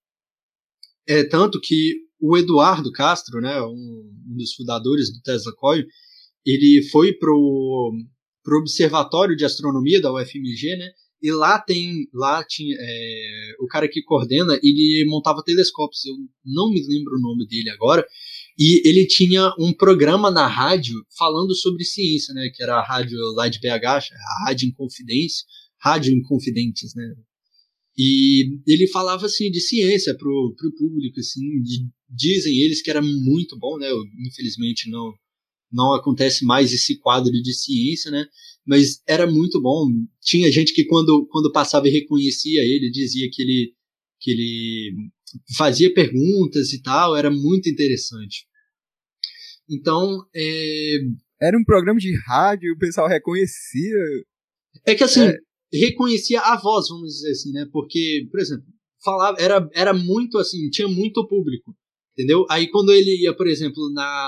tanto que o Eduardo Castro, né, um dos fundadores do Tesla Coil, ele foi pro Observatório de Astronomia da UFMG, né? E lá tinha o cara que coordena, ele montava telescópios. Eu não me lembro o nome dele agora. E ele tinha um programa na rádio falando sobre ciência, né? Que era a rádio lá de BH, a Rádio Inconfidentes, né? E ele falava assim de ciência pro público, assim, dizem eles que era muito bom, né? Infelizmente não acontece mais esse quadro de ciência, né? Mas era muito bom. Tinha gente que quando passava e reconhecia ele, dizia que ele fazia perguntas e tal, era muito interessante. Então, era um programa de rádio, o pessoal reconhecia. É que assim, reconhecia a voz, vamos dizer assim, né? Porque, por exemplo, falava, era muito assim, tinha muito público, entendeu? Aí quando ele ia, por exemplo,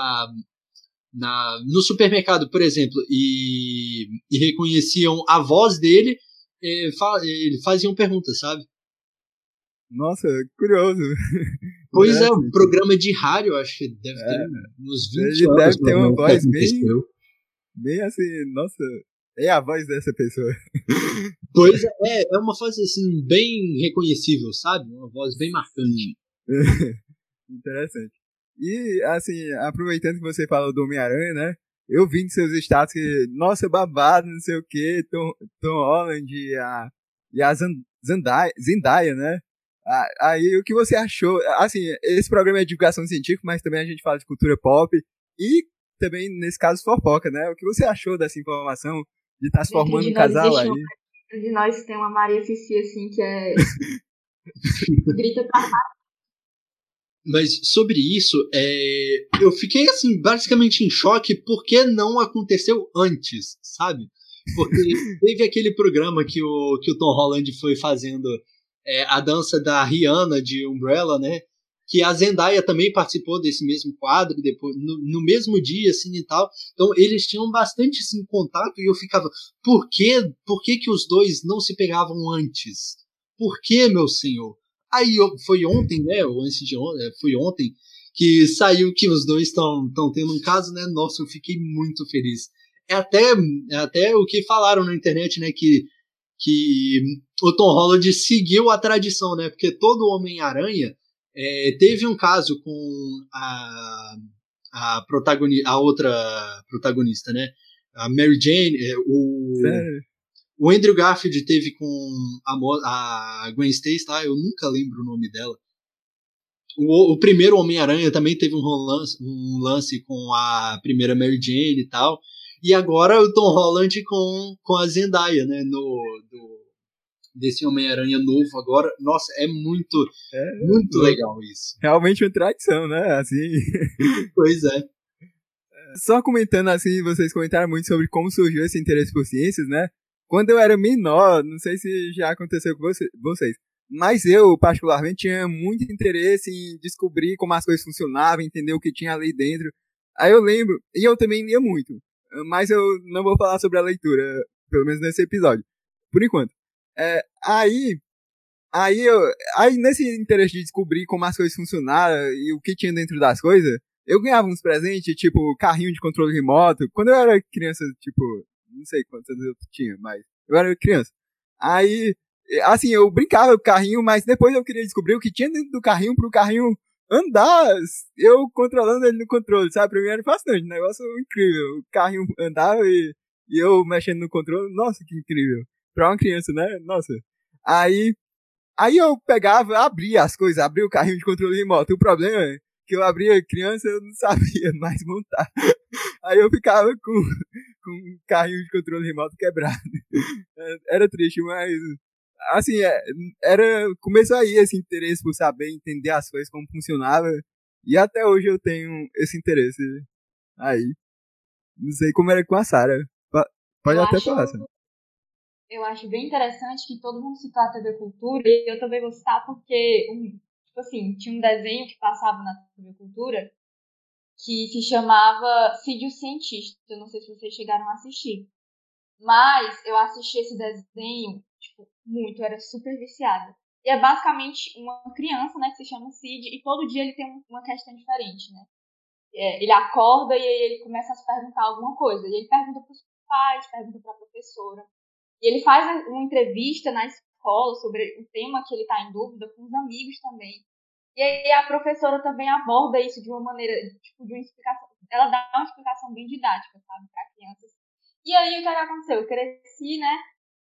no supermercado, por exemplo, e reconheciam a voz dele, faziam perguntas, sabe? Nossa, curioso. Pois é, um programa de rádio, acho que deve ter uns 20 ele anos. Ele deve ter uma voz bem assim, nossa, é a voz dessa pessoa. Pois é uma voz assim, bem reconhecível, sabe? Uma voz bem marcante. Interessante. E, assim, aproveitando que você falou do Homem-Aranha, né? Eu vi em seus status que, nossa, babado, não sei o que, Tom Holland e a Zendaya, né? Aí, o que você achou? Assim, esse programa é divulgação científica, mas também a gente fala de cultura pop e também, nesse caso, fofoca, né? O que você achou dessa informação de estar se formando um casal aí? De nós tem uma Maria Cici, assim, que é... grita pra cá. Mas sobre isso, eu fiquei, assim, basicamente em choque porque não aconteceu antes, sabe? Porque teve aquele programa que o Tom Holland foi fazendo a dança da Rihanna de Umbrella, né? Que a Zendaya também participou desse mesmo quadro, depois, no mesmo dia, assim, e tal. Então, eles tinham bastante, assim, contato, e eu ficava, por que os dois não se pegavam antes? Por que, meu senhor? Aí, foi ontem, né, ou antes de ontem, foi ontem, que saiu que os dois estão tendo um caso, né? Nossa, eu fiquei muito feliz. É até o que falaram na internet, né, que o Tom Holland seguiu a tradição, né? Porque todo Homem-Aranha teve um caso com a outra protagonista, né? A Mary Jane, o Andrew Garfield teve com a Gwen Stacy, tá? Eu nunca lembro o nome dela. O primeiro Homem-Aranha também teve um lance com a primeira Mary Jane e tal. E agora o Tom Holland com a Zendaya, né? Desse Homem-Aranha novo agora. Nossa, é muito legal isso. Realmente uma tradição, né? Assim. Pois é. Só comentando assim, vocês comentaram muito sobre como surgiu esse interesse por ciências, né? Quando eu era menor, não sei se já aconteceu com vocês, mas eu, particularmente, tinha muito interesse em descobrir como as coisas funcionavam, entender o que tinha ali dentro. Aí eu lembro, e eu também lia muito, mas eu não vou falar sobre a leitura, pelo menos nesse episódio, por enquanto. Aí nesse interesse de descobrir como as coisas funcionavam e o que tinha dentro das coisas, eu ganhava uns presentes, tipo, carrinho de controle remoto. Quando eu era criança, tipo, não sei quantos anos eu tinha, mas eu era criança. Aí, assim, eu brincava com o carrinho, mas depois eu queria descobrir o que tinha dentro do carrinho pro carrinho andar, eu controlando ele no controle, sabe? Pra mim era fascinante, um negócio incrível. O carrinho andava e eu mexendo no controle, nossa, que incrível. Pra uma criança, né? Nossa. Aí eu pegava, abria as coisas, abria o carrinho de controle remoto. O problema é que eu abria criança, eu não sabia mais montar. Aí eu ficava com um carrinho de controle remoto quebrado. Era triste, mas assim, começou aí esse interesse por saber, entender as coisas, como funcionava. E até hoje eu tenho esse interesse aí. Não sei como era com a Sarah. Pode até falar, Sarah. Eu acho bem interessante que todo mundo citou a TV Cultura, e eu também vou citar porque, tipo assim, tinha um desenho que passava na TV Cultura que se chamava Cid o Cientista. Eu não sei se vocês chegaram a assistir. Mas eu assisti esse desenho, tipo, muito, eu era super viciada. E é basicamente uma criança, né, que se chama Cid, e todo dia ele tem uma questão diferente, né? Ele acorda e aí ele começa a se perguntar alguma coisa. E ele pergunta para os pais, pergunta para a professora. E ele faz uma entrevista na escola sobre o tema que ele está em dúvida, com os amigos também. E aí a professora também aborda isso de uma maneira, tipo, de uma explicação. Ela dá uma explicação bem didática, sabe, para crianças. E aí o que aconteceu? Eu cresci, né?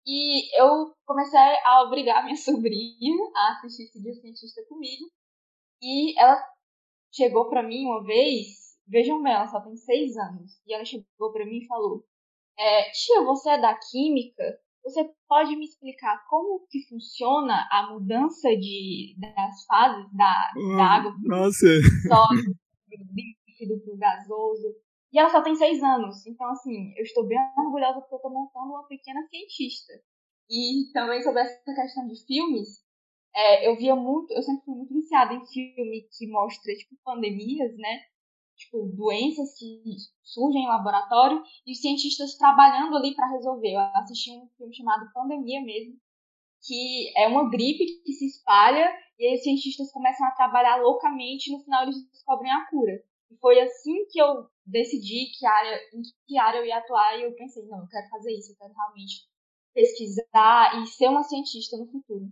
E eu comecei a obrigar minha sobrinha a assistir esse Dia Cientista comigo. E ela chegou pra mim uma vez, vejam bem, ela só tem 6 anos. E ela chegou pra mim e falou: tia, você é da química? Você pode me explicar como que funciona a mudança das fases da água pro Nossa. sólido, pro líquido, pro gasoso? E ela só tem 6 anos. Então, assim, eu estou bem orgulhosa porque eu estou montando uma pequena cientista. E também sobre essa questão de filmes, eu sempre fui muito viciada em filme que mostra, tipo, pandemias, né? Tipo, doenças que surgem em laboratório e os cientistas trabalhando ali para resolver. Eu assisti um filme chamado Pandemia mesmo, que é uma gripe que se espalha e aí os cientistas começam a trabalhar loucamente e no final eles descobrem a cura. E foi assim que eu decidi em que área eu ia atuar e eu pensei, não, eu quero fazer isso, eu quero realmente pesquisar e ser uma cientista no futuro.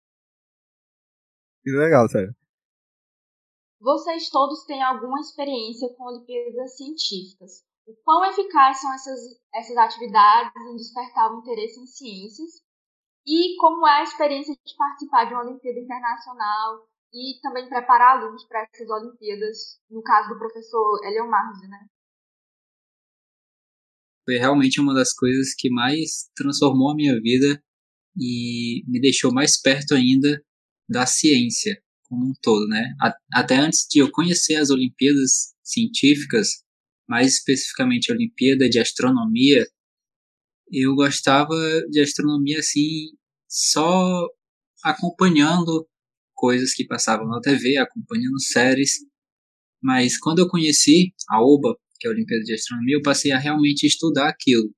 Que legal, sério. Vocês todos têm alguma experiência com Olimpíadas Científicas. O quão eficazes são essas atividades em despertar o interesse em ciências? E como é a experiência de participar de uma Olimpíada Internacional e também preparar alunos para essas Olimpíadas, no caso do professor Eliomarzi, né? Foi realmente uma das coisas que mais transformou a minha vida e me deixou mais perto ainda da ciência como um todo, né? Até antes de eu conhecer as Olimpíadas Científicas, mais especificamente a Olimpíada de Astronomia, eu gostava de astronomia assim, só acompanhando coisas que passavam na TV, acompanhando séries, mas quando eu conheci a OBA, que é a Olimpíada de Astronomia, eu passei a realmente estudar aquilo.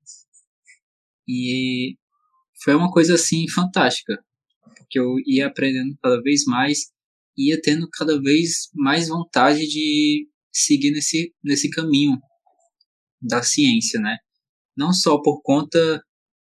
E foi uma coisa assim fantástica, porque eu ia aprendendo cada vez mais, ia tendo cada vez mais vontade de seguir nesse caminho da ciência, né? Não só por conta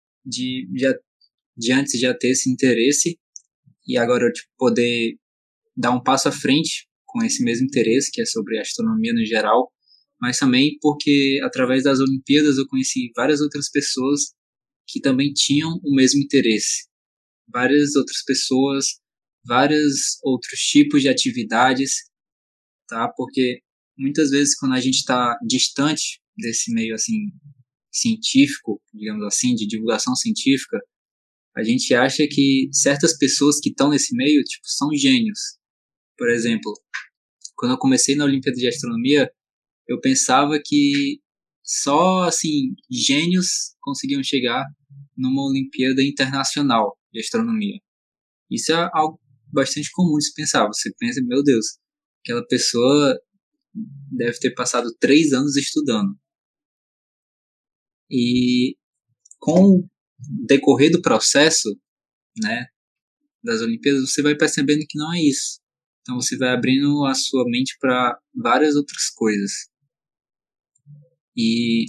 de antes já ter esse interesse e agora eu poder dar um passo à frente com esse mesmo interesse, que é sobre astronomia no geral, mas também porque através das Olimpíadas eu conheci várias outras pessoas que também tinham o mesmo interesse. Várias outras pessoas, vários outros tipos de atividades, tá? Porque muitas vezes quando a gente está distante desse meio assim científico, digamos assim, de divulgação científica, a gente acha que certas pessoas que estão nesse meio, tipo, são gênios. Por exemplo, quando eu comecei na Olimpíada de Astronomia, eu pensava que só, assim, gênios conseguiam chegar numa Olimpíada Internacional de Astronomia. Isso é algo bastante comum de se pensar. Você pensa, meu Deus, aquela pessoa deve ter passado 3 anos estudando. E com o decorrer do processo, né, das Olimpíadas, você vai percebendo que não é isso. Então você vai abrindo a sua mente para várias outras coisas. E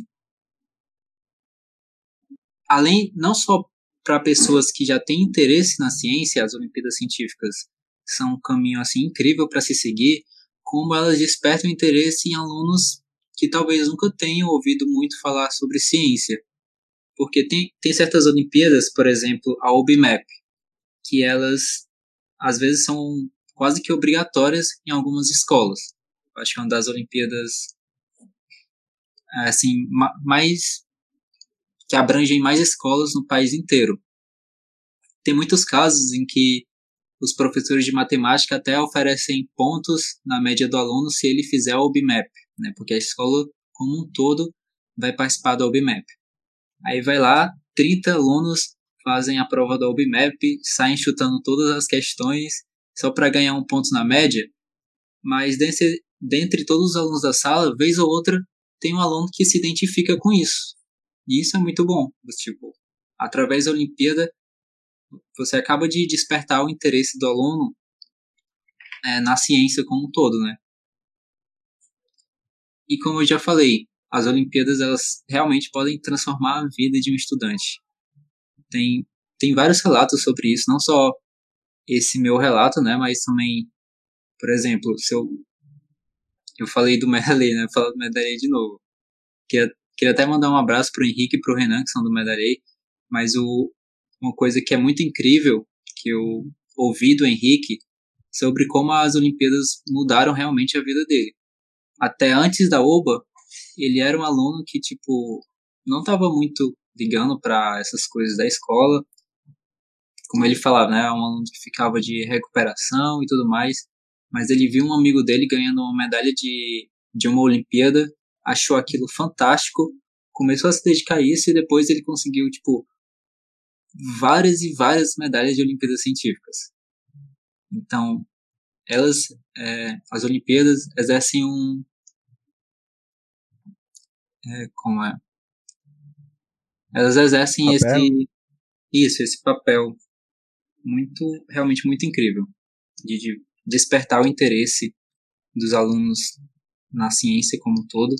além, não só para pessoas que já têm interesse na ciência, as Olimpíadas Científicas são um caminho assim incrível para se seguir, como elas despertam interesse em alunos que talvez nunca tenham ouvido muito falar sobre ciência. Porque tem certas Olimpíadas, por exemplo, a OBMAP, que elas às vezes são quase que obrigatórias em algumas escolas. Acho que é uma das Olimpíadas assim mais que abrangem mais escolas no país inteiro. Tem muitos casos em que os professores de matemática até oferecem pontos na média do aluno se ele fizer o OBMAP, né? Porque a escola como um todo vai participar do OBMAP. Aí vai lá, 30 alunos fazem a prova do OBMAP, saem chutando todas as questões só para ganhar um ponto na média, mas dentre todos os alunos da sala, vez ou outra, tem um aluno que se identifica com isso. E isso é muito bom. Tipo, através da Olimpíada, você acaba de despertar o interesse do aluno na ciência como um todo, né? E como eu já falei, as Olimpíadas elas realmente podem transformar a vida de um estudante. Tem vários relatos sobre isso, não só esse meu relato, né? Mas também, por exemplo, se eu falei do Medalei, né? Eu falo do Medalei de novo. Queria até mandar um abraço pro Henrique e pro Renan, que são do Medalei, mas uma coisa que é muito incrível, que eu ouvi do Henrique, sobre como as Olimpíadas mudaram realmente a vida dele. Até antes da OBA, ele era um aluno que, tipo, não estava muito ligando para essas coisas da escola. Como ele falava, né? Um aluno que ficava de recuperação e tudo mais. Mas ele viu um amigo dele ganhando uma medalha de uma Olimpíada, achou aquilo fantástico, começou a se dedicar a isso e depois ele conseguiu, tipo, várias e várias medalhas de Olimpíadas científicas. Então, as Olimpíadas exercem como é? Elas exercem esse papel realmente muito incrível de despertar o interesse dos alunos na ciência como um todo,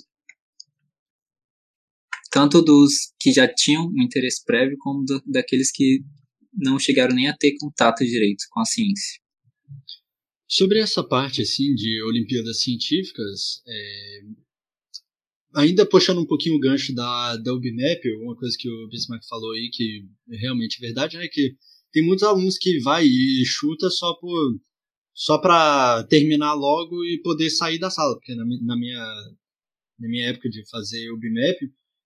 tanto dos que já tinham um interesse prévio, como daqueles que não chegaram nem a ter contato direito com a ciência. Sobre essa parte assim de Olimpíadas Científicas, ainda puxando um pouquinho o gancho da UBMAP, uma coisa que o Bismarck falou aí que é realmente verdade, né, que tem muitos alunos que vai e chuta só para terminar logo e poder sair da sala, porque na minha época de fazer UBMAP,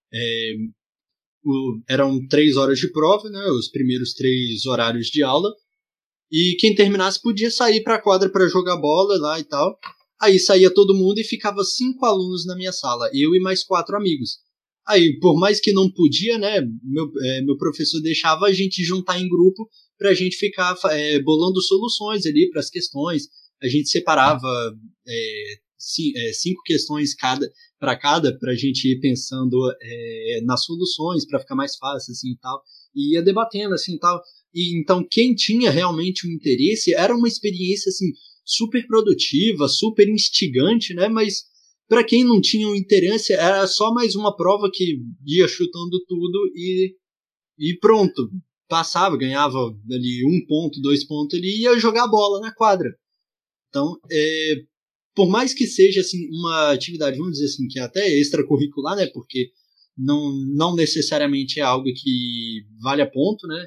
eram 3 horas de prova, né, os primeiros 3 horários de aula, e quem terminasse podia sair para a quadra para jogar bola lá e tal. Aí saía todo mundo e ficava 5 alunos na minha sala, eu e mais 4 amigos. Aí, por mais que não podia, né, meu professor deixava a gente juntar em grupo para a gente ficar bolando soluções ali para as questões. A gente separava 5 questões para a gente ir pensando nas soluções para ficar mais fácil assim e tal, e ia debatendo assim e tal. E então quem tinha realmente um interesse era uma experiência assim super produtiva, super instigante, né? Mas para quem não tinha um interesse era só mais uma prova que ia chutando tudo e pronto, passava, ganhava ali 1 ponto, 2 pontos, ele ia jogar bola na quadra. Então, por mais que seja assim uma atividade, vamos dizer assim, que é até extracurricular, né? Porque não necessariamente é algo que vale a ponto, né?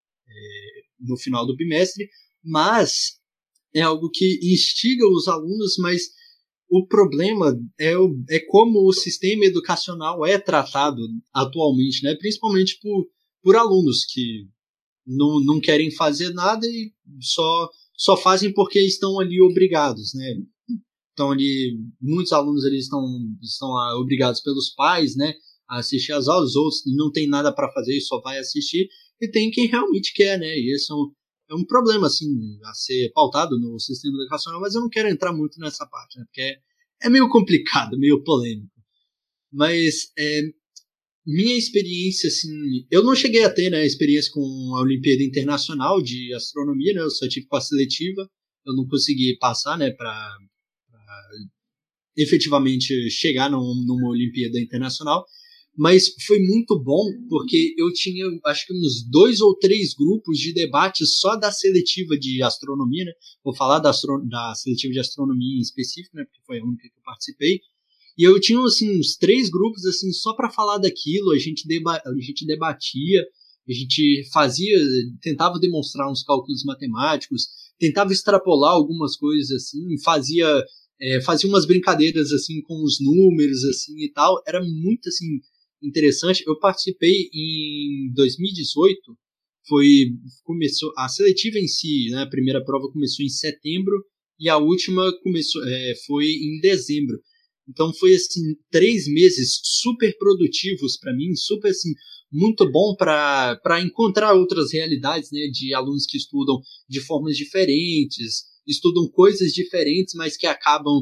No final do bimestre, mas é algo que instiga os alunos, mas o problema é como o sistema educacional é tratado atualmente, né? Principalmente por alunos que não querem fazer nada e só fazem porque estão ali obrigados, né? Então ali muitos alunos ali estão obrigados pelos pais, né, a assistir às aulas, outros não tem nada para fazer e só vai assistir, e tem quem realmente quer, né? E esse é um problema assim a ser pautado no sistema educacional, mas eu não quero entrar muito nessa parte, né? Porque é meio complicado, meio polêmico. Mas minha experiência, assim, eu não cheguei a ter, né, experiência com a Olimpíada Internacional de Astronomia, né? Eu só tive com a seletiva, eu não consegui passar, né, para efetivamente chegar numa Olimpíada Internacional, mas foi muito bom porque eu tinha, acho que uns 2 ou 3 grupos de debate só da seletiva de astronomia, né? Vou falar da seletiva de astronomia em específico, né? Porque foi a única que eu participei. E eu tinha assim uns 3 grupos assim só para falar daquilo. A gente debatia, a gente tentava demonstrar uns cálculos matemáticos, tentava extrapolar algumas coisas assim, fazia umas brincadeiras assim com os números assim e tal. Era muito assim interessante. Eu participei em 2018. Começou a seletiva em si, né? A primeira prova começou em setembro e a última foi em dezembro. Então foi assim 3 meses super produtivos para mim, super assim muito bom para encontrar outras realidades, né? De alunos que estudam de formas diferentes, estudam coisas diferentes, mas que acabam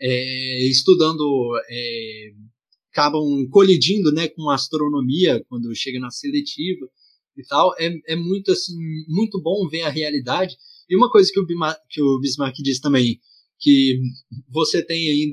acabam colidindo, né, com a astronomia quando chega na seletiva e tal. É muito assim, muito bom ver a realidade. E uma coisa que o Bismarck diz também, que você tem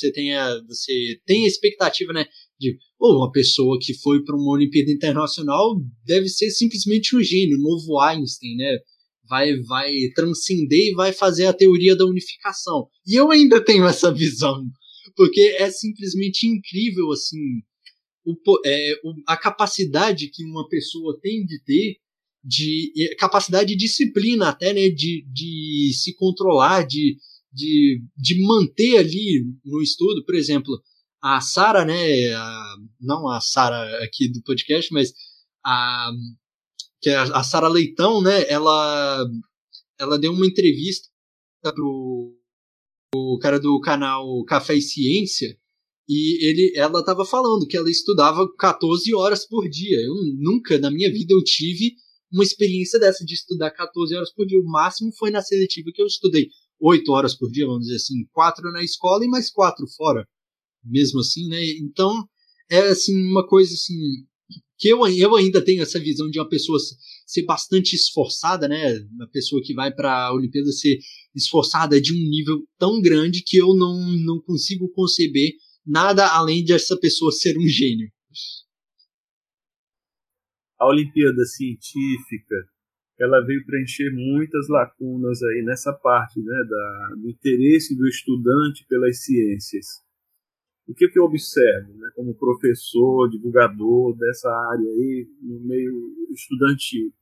a expectativa, né, de uma pessoa que foi para uma Olimpíada Internacional deve ser simplesmente um gênio, um novo Einstein, né? Vai transcender e vai fazer a teoria da unificação. E eu ainda tenho essa visão, porque é simplesmente incrível assim a capacidade que uma pessoa tem de ter capacidade de disciplina até, né, de se controlar, de manter ali no estudo. Por exemplo, a Sara, né, não a Sara aqui do podcast, mas que é a Sara Leitão, né, ela deu uma entrevista pro o cara do canal Café e Ciência, e ela estava falando que ela estudava 14 horas por dia. Eu nunca na minha vida eu tive uma experiência dessa de estudar 14 horas por dia. O máximo foi na seletiva que eu estudei 8 horas por dia, vamos dizer assim, 4 na escola e mais 4 fora, mesmo assim, né? Então, é assim, uma coisa assim, que eu ainda tenho essa visão de uma pessoa ser bastante esforçada, né? Uma pessoa que vai para a Olimpíada ser esforçada de um nível tão grande que eu não consigo conceber nada além de essa pessoa ser um gênio. A Olimpíada Científica, ela veio preencher muitas lacunas aí nessa parte, né, do interesse do estudante pelas ciências. O que eu observo, né, como professor, divulgador dessa área aí no meio estudantil?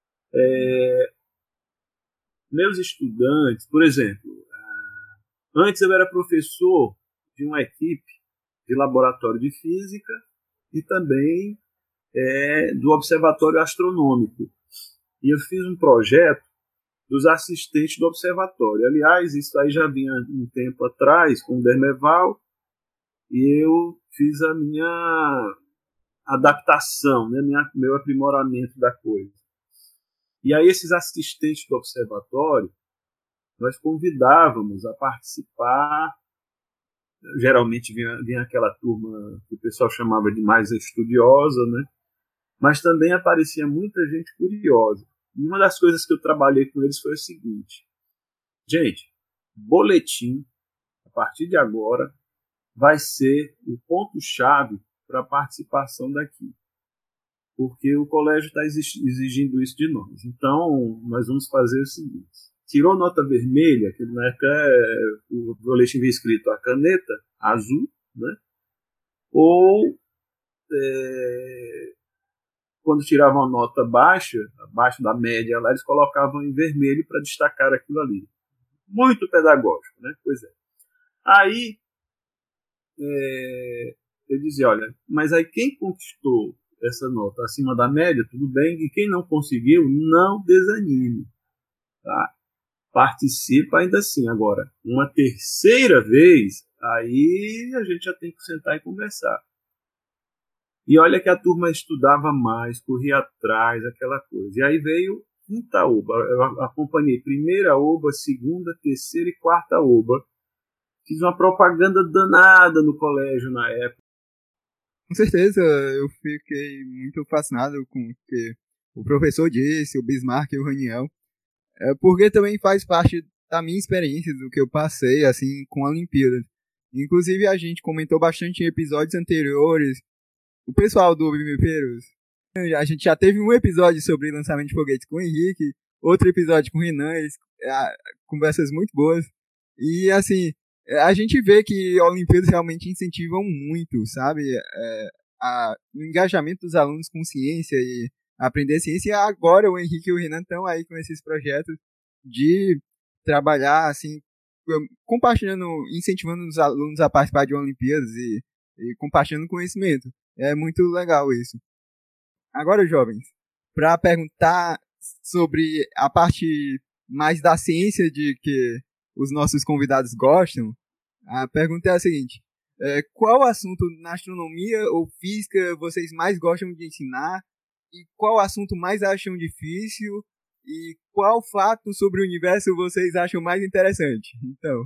Meus estudantes, por exemplo, antes eu era professor de uma equipe de laboratório de física e também do observatório astronômico. E eu fiz um projeto dos assistentes do observatório. Aliás, isso aí já vinha um tempo atrás com o Dermeval, e eu fiz a minha adaptação, né, meu aprimoramento da coisa. E aí esses assistentes do observatório, nós convidávamos a participar. Geralmente vinha aquela turma que o pessoal chamava de mais estudiosa, né? Mas também aparecia muita gente curiosa. E uma das coisas que eu trabalhei com eles foi o seguinte: gente, boletim, a partir de agora, vai ser o ponto-chave para a participação daqui. Porque o colégio está exigindo isso de nós. Então, nós vamos fazer o seguinte: tirou nota vermelha, que na época o boletim havia escrito a caneta azul, né? Ou quando tiravam uma nota baixa, abaixo da média, lá eles colocavam em vermelho para destacar aquilo ali. Muito pedagógico, né? Pois é. Aí eu dizia, olha, mas aí quem conquistou essa nota acima da média, tudo bem, e quem não conseguiu, não desanime, tá? Participa ainda assim. Agora, uma terceira vez, aí a gente já tem que sentar e conversar. E olha que a turma estudava mais, corria atrás, aquela coisa. E aí veio quinta oba. Eu acompanhei primeira oba, segunda, terceira e quarta oba. Fiz uma propaganda danada no colégio na época. Com certeza, eu fiquei muito fascinado com o que o professor disse, o Bismarck e o Raniel. Porque também faz parte da minha experiência, do que eu passei, assim, com a Olimpíada. Inclusive, a gente comentou bastante em episódios anteriores. O pessoal do Bimipeiros, a gente já teve um episódio sobre lançamento de foguetes com o Henrique, outro episódio com o Renan, conversas muito boas. E, assim, a gente vê que Olimpíadas realmente incentivam muito, sabe? O engajamento dos alunos com ciência e aprender ciência. E agora o Henrique e o Renan estão aí com esses projetos de trabalhar, assim, compartilhando, incentivando os alunos a participar de Olimpíadas e compartilhando conhecimento. É muito legal isso. Agora, jovens, para perguntar sobre a parte mais da ciência de que os nossos convidados gostam, a pergunta é a seguinte: qual assunto na astronomia ou física vocês mais gostam de ensinar? E qual assunto mais acham difícil? E qual fato sobre o universo vocês acham mais interessante? Então.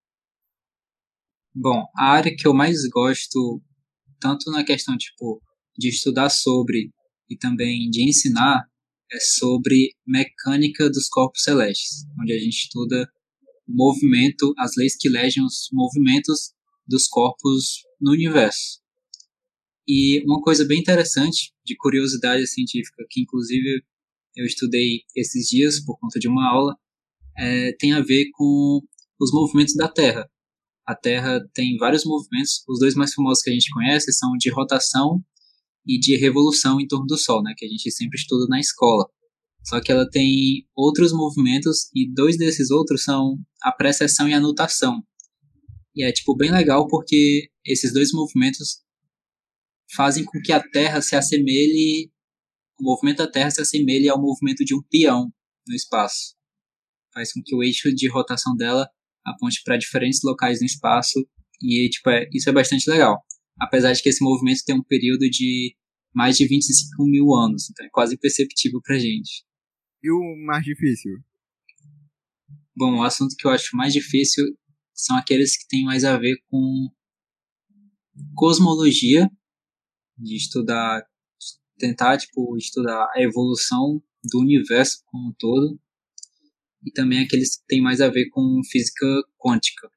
Bom, a área que eu mais gosto, tanto na questão de estudar sobre e também de ensinar, é sobre mecânica dos corpos celestes, onde a gente estuda o movimento, as leis que legem os movimentos dos corpos no universo. E uma coisa bem interessante, de curiosidade científica, que inclusive eu estudei esses dias por conta de uma aula, tem a ver com os movimentos da Terra. A Terra tem vários movimentos, os dois mais famosos que a gente conhece são de rotação e de revolução em torno do Sol, né, que a gente sempre estuda na escola. Só que ela tem outros movimentos e 2 desses outros são a precessão e a nutação. E é tipo bem legal porque esses 2 movimentos fazem com que a Terra se assemelhe, o movimento da Terra se assemelhe ao movimento de um peão no espaço. Faz com que o eixo de rotação dela aponte para diferentes locais no espaço e tipo, isso é bastante legal. Apesar de que esse movimento tem um período de mais de 25 mil anos, então é quase imperceptível pra gente. E o mais difícil? Bom, o assunto que eu acho mais difícil são aqueles que têm mais a ver com cosmologia, de estudar, tentar estudar a evolução do universo como um todo, e também aqueles que têm mais a ver com física quântica.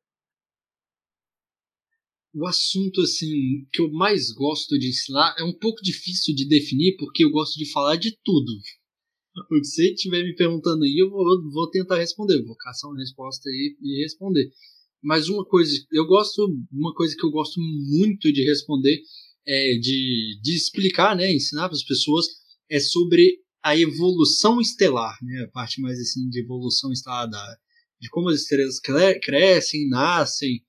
O assunto assim que eu mais gosto de ensinar é um pouco difícil de definir, porque eu gosto de falar de tudo. O que você estiver me perguntando aí, eu vou tentar responder. Vou caçar uma resposta aí e responder. Mas uma coisa que eu gosto muito de responder, de explicar, né, ensinar para as pessoas, é sobre a evolução estelar, né, a parte mais assim de evolução estelar, de como as estrelas crescem, nascem,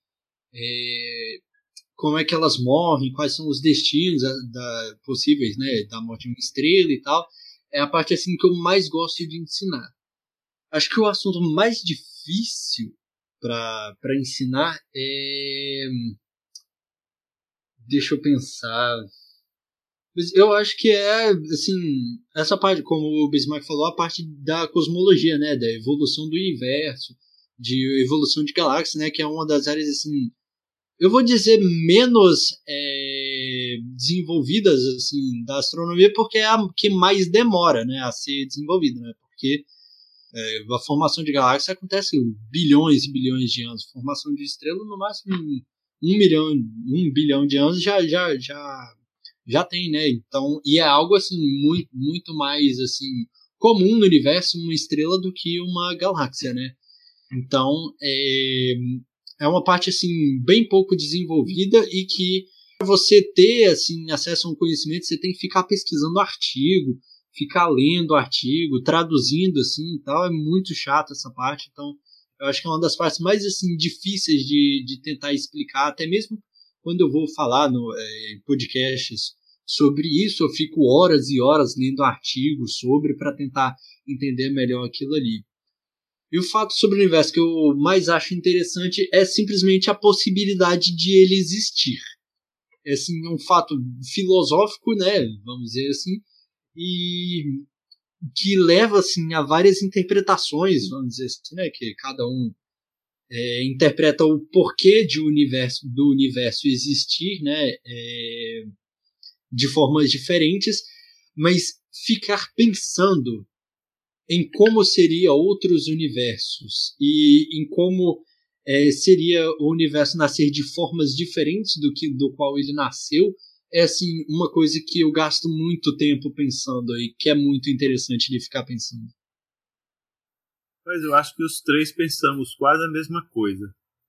como é que elas morrem, quais são os destinos possíveis, né, da morte de uma estrela e tal. É a parte assim que eu mais gosto de ensinar. Acho que o assunto mais difícil para ensinar é... Deixa eu pensar. Eu acho que é, assim, essa parte, como o Bismarck falou, a parte da cosmologia, né, da evolução do universo, de evolução de galáxias, né, que é uma das áreas, assim, eu vou dizer menos desenvolvidas, assim, da astronomia, porque é a que mais demora, né, a ser desenvolvida, né, porque a formação de galáxias acontece bilhões e bilhões de anos. A formação de estrela, no máximo, 1 bilhão de anos já tem, né? Então, e é algo assim muito, muito mais assim comum no universo uma estrela do que uma galáxia, né? Então, é uma parte assim bem pouco desenvolvida e que para você ter assim acesso a um conhecimento, você tem que ficar pesquisando artigo, ficar lendo artigo, traduzindo assim, e tal, é muito chato essa parte. Então, eu acho que é uma das partes mais assim difíceis de tentar explicar, até mesmo quando eu vou falar em podcasts sobre isso, eu fico horas e horas lendo artigos sobre para tentar entender melhor aquilo ali. E o fato sobre o universo que eu mais acho interessante é simplesmente a possibilidade de ele existir. É assim, um fato filosófico, né, vamos dizer assim, e que leva assim a várias interpretações, vamos dizer assim, né, que cada um interpreta o porquê do universo existir, né, de formas diferentes, mas ficar pensando em como seria outros universos e em como seria o universo nascer de formas diferentes do qual ele nasceu, é assim uma coisa que eu gasto muito tempo pensando e que é muito interessante de ficar pensando. Mas eu acho que os três pensamos quase a mesma coisa.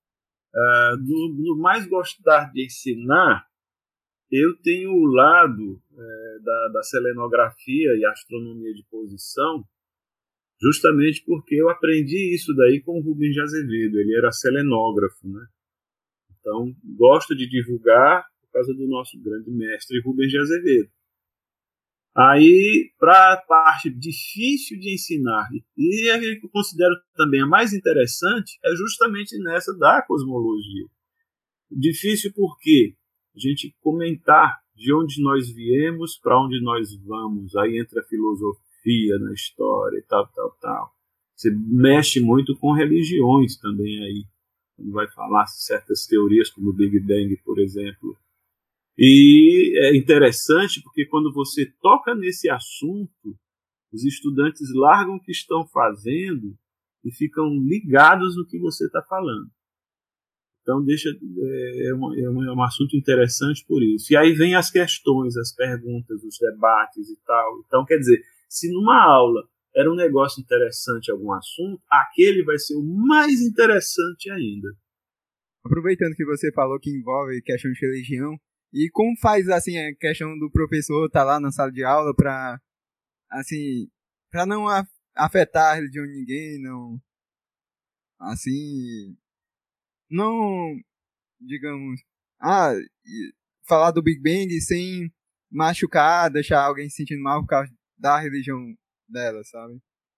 Do mais gostar de ensinar, eu tenho o lado da selenografia e astronomia de posição, justamente porque eu aprendi isso daí com o Rubens de Azevedo. Ele era selenógrafo, né? Então, gosto de divulgar por causa do nosso grande mestre Rubens de Azevedo. Aí, para a parte difícil de ensinar, e a que eu considero também a mais interessante, é justamente nessa da cosmologia. Difícil porque a gente comentar de onde nós viemos, para onde nós vamos, aí entra a filosofia na história e tal. Você mexe muito com religiões também aí, quando vai falar certas teorias como o Big Bang, por exemplo. E é interessante porque quando você toca nesse assunto, os estudantes largam o que estão fazendo e ficam ligados no que você está falando. Então é um assunto interessante por isso. E aí vem as questões, as perguntas, os debates e tal. Então, quer dizer, se numa aula era um negócio interessante algum assunto, aquele vai ser o mais interessante ainda. Aproveitando que você falou que envolve questão de religião, e como faz assim a questão do professor estar lá na sala de aula para assim pra não afetar a religião de ninguém, não, assim, não, digamos, falar do Big Bang sem machucar, deixar alguém se sentindo mal por causa da religião dela, sabe?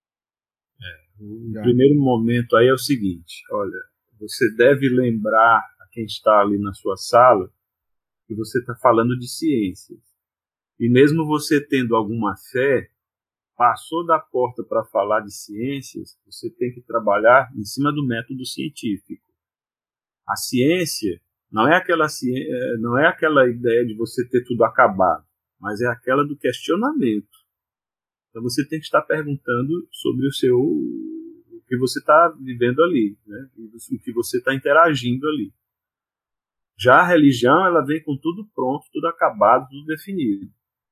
O primeiro momento aí é o seguinte, olha, você deve lembrar a quem está ali na sua sala que você está falando de ciências. E mesmo você tendo alguma fé, passou da porta para falar de ciências, você tem que trabalhar em cima do método científico. A ciência não é aquela ideia de você ter tudo acabado, mas é aquela do questionamento. Então você tem que estar perguntando sobre o que você está vivendo ali, né? O que você está interagindo ali. Já a religião, ela vem com tudo pronto, tudo acabado, tudo definido.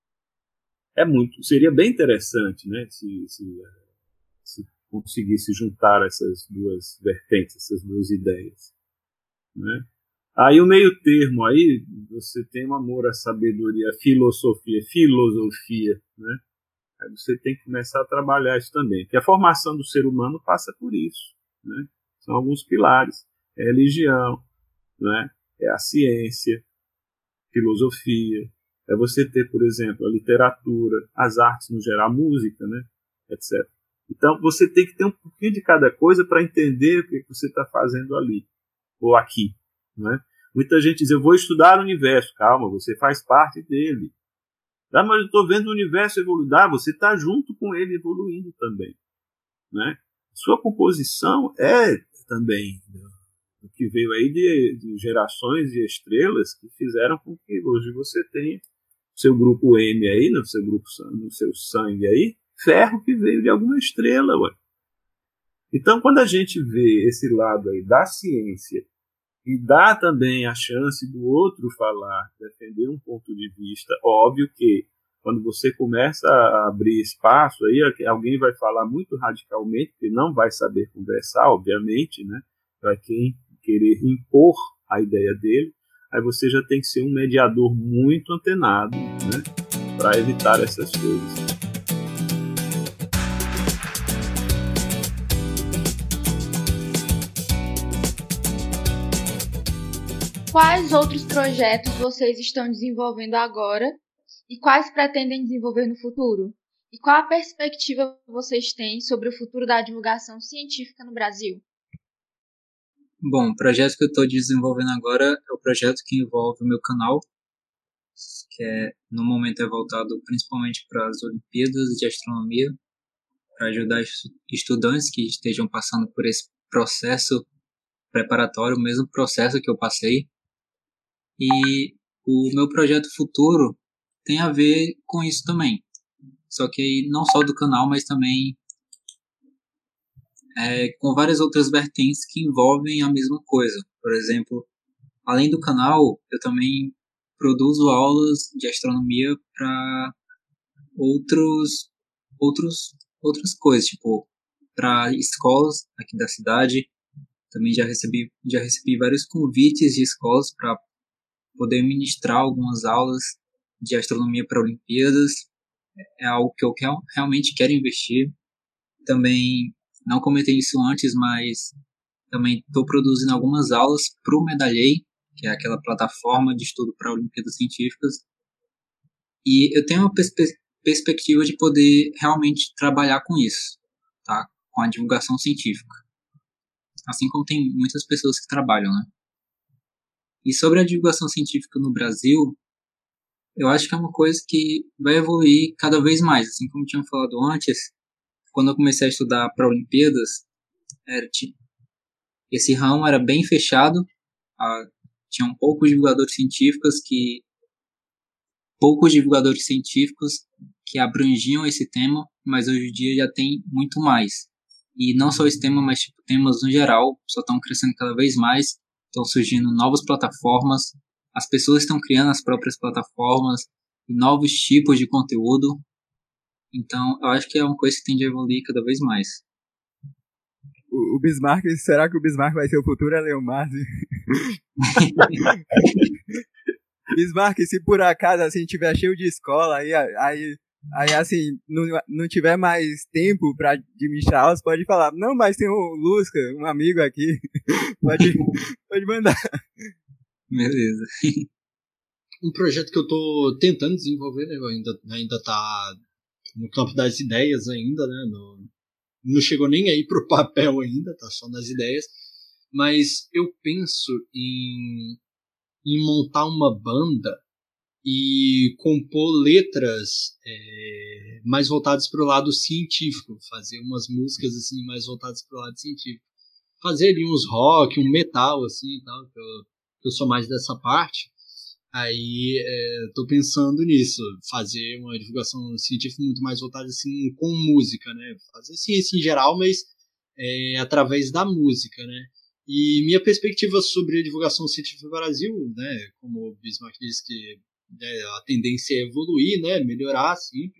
Seria bem interessante, né, se conseguisse juntar essas duas vertentes, essas duas ideias, né? Aí o meio termo aí, você tem o amor, a sabedoria, a filosofia, né? Aí você tem que começar a trabalhar isso também, porque a formação do ser humano passa por isso, né? São alguns pilares, é a religião, né? É a ciência, filosofia, é você ter, por exemplo, a literatura, as artes no geral, a música, né? Etc. Então você tem que ter um pouquinho de cada coisa para entender o que você está fazendo ali, ou aqui, né? Muita gente diz, eu vou estudar o universo. Calma, você faz parte dele. Mas eu estou vendo o universo evoluir. Você está junto com ele evoluindo também, né? Sua composição é também o que veio aí de gerações de estrelas que fizeram com que hoje você tenha seu grupo M aí, no seu sangue aí, ferro que veio de alguma estrela, ué. Então, quando a gente vê esse lado aí da ciência e dá também a chance do outro falar, defender um ponto de vista, óbvio que quando você começa a abrir espaço, aí alguém vai falar muito radicalmente, porque não vai saber conversar, obviamente, né? Vai querer impor a ideia dele, aí você já tem que ser um mediador muito antenado, né? Para evitar essas coisas. Quais outros projetos vocês estão desenvolvendo agora e quais pretendem desenvolver no futuro? E qual a perspectiva vocês têm sobre o futuro da divulgação científica no Brasil? Bom, o projeto que eu estou desenvolvendo agora é o projeto que envolve o meu canal, que no momento é voltado principalmente para as Olimpíadas de Astronomia, para ajudar estudantes que estejam passando por esse processo preparatório, o mesmo processo que eu passei. E o meu projeto futuro tem a ver com isso também. Só que não só do canal, mas também com várias outras vertentes que envolvem a mesma coisa. Por exemplo, além do canal, eu também produzo aulas de astronomia para outras coisas, tipo para escolas aqui da cidade. Também já recebi vários convites de escolas para poder ministrar algumas aulas de astronomia para Olimpíadas. É algo que eu realmente quero investir. Também não comentei isso antes, mas também estou produzindo algumas aulas para o Medalhei, que é aquela plataforma de estudo para Olimpíadas Científicas. E eu tenho uma perspectiva de poder realmente trabalhar com isso, tá? Com a divulgação científica. Assim como tem muitas pessoas que trabalham, né? E sobre a divulgação científica no Brasil, eu acho que é uma coisa que vai evoluir cada vez mais. Assim como eu tinha falado antes, quando eu comecei a estudar para Olimpíadas, esse ramo era bem fechado, tinham poucos divulgadores científicos que abrangiam esse tema, mas hoje em dia já tem muito mais. E não só esse tema, mas temas no geral só estão crescendo cada vez mais, estão surgindo novas plataformas, as pessoas estão criando as próprias plataformas e novos tipos de conteúdo. Então, eu acho que é uma coisa que tende a evoluir cada vez mais. O Bismarck, será que o Bismarck vai ser o futuro Eleomar? Bismarck, se por acaso assim tiver cheio de escola, aí Aí, assim, não tiver mais tempo pra administrar aulas, pode falar, não, mas tem o Lusca, um amigo aqui, pode mandar. Beleza. Um projeto que eu tô tentando desenvolver, né, ainda tá no campo das ideias ainda, né, não chegou nem aí pro papel ainda, tá só nas ideias, mas eu penso em montar uma banda e compor letras mais voltadas para o lado científico, fazer umas músicas assim mais voltadas para o lado científico, fazer ali uns rock, um metal assim, tal, que eu sou mais dessa parte. Aí tô pensando nisso, fazer uma divulgação científica muito mais voltada assim com música, né? Fazer ciência em geral, mas através da música, né? E minha perspectiva sobre a divulgação científica no Brasil, né? Como o Bismarck disse que a tendência é evoluir, né? Melhorar sempre.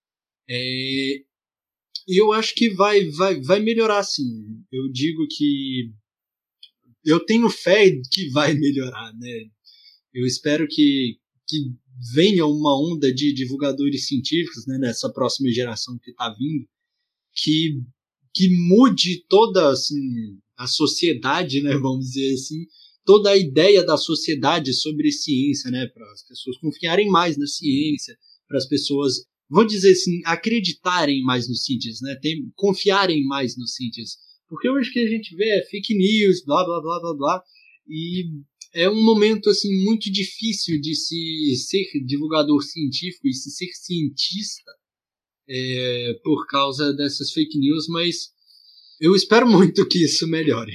E eu acho que vai melhorar, sim. Eu digo que eu tenho fé que vai melhorar, né? Eu espero que venha uma onda de divulgadores científicos, né, nessa próxima geração que está vindo, que mude toda assim, a sociedade, né, vamos dizer assim, toda a ideia da sociedade sobre ciência, né, para as pessoas confiarem mais na ciência, para as pessoas, vou dizer assim, acreditarem mais nos cientistas, né, confiarem mais nos cientistas. Porque hoje que a gente vê fake news, blá, blá, blá, blá, blá, e é um momento assim muito difícil de se ser divulgador científico e se ser cientista por causa dessas fake news, mas eu espero muito que isso melhore.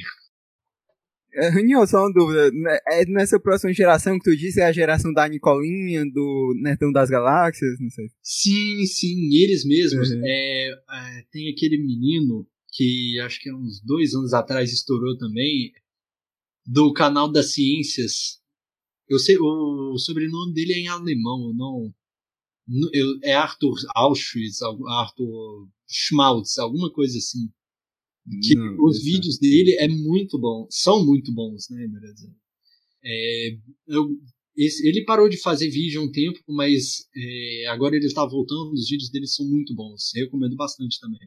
Raniel, só uma dúvida. É nessa próxima geração que tu disse, é a geração da Nicolinha, do Netão das Galáxias, não sei. Sim, eles mesmos. Uhum. Tem aquele menino que acho que há uns 2 anos atrás estourou também, do canal das ciências. Eu sei, o sobrenome dele é em alemão, é Arthur Auschwitz, Arthur Schmaltz, alguma coisa assim. Que os vídeos dele são muito bons, né, Brasil? Ele parou de fazer vídeo há um tempo, mas agora ele está voltando, os vídeos dele são muito bons. Eu recomendo bastante também.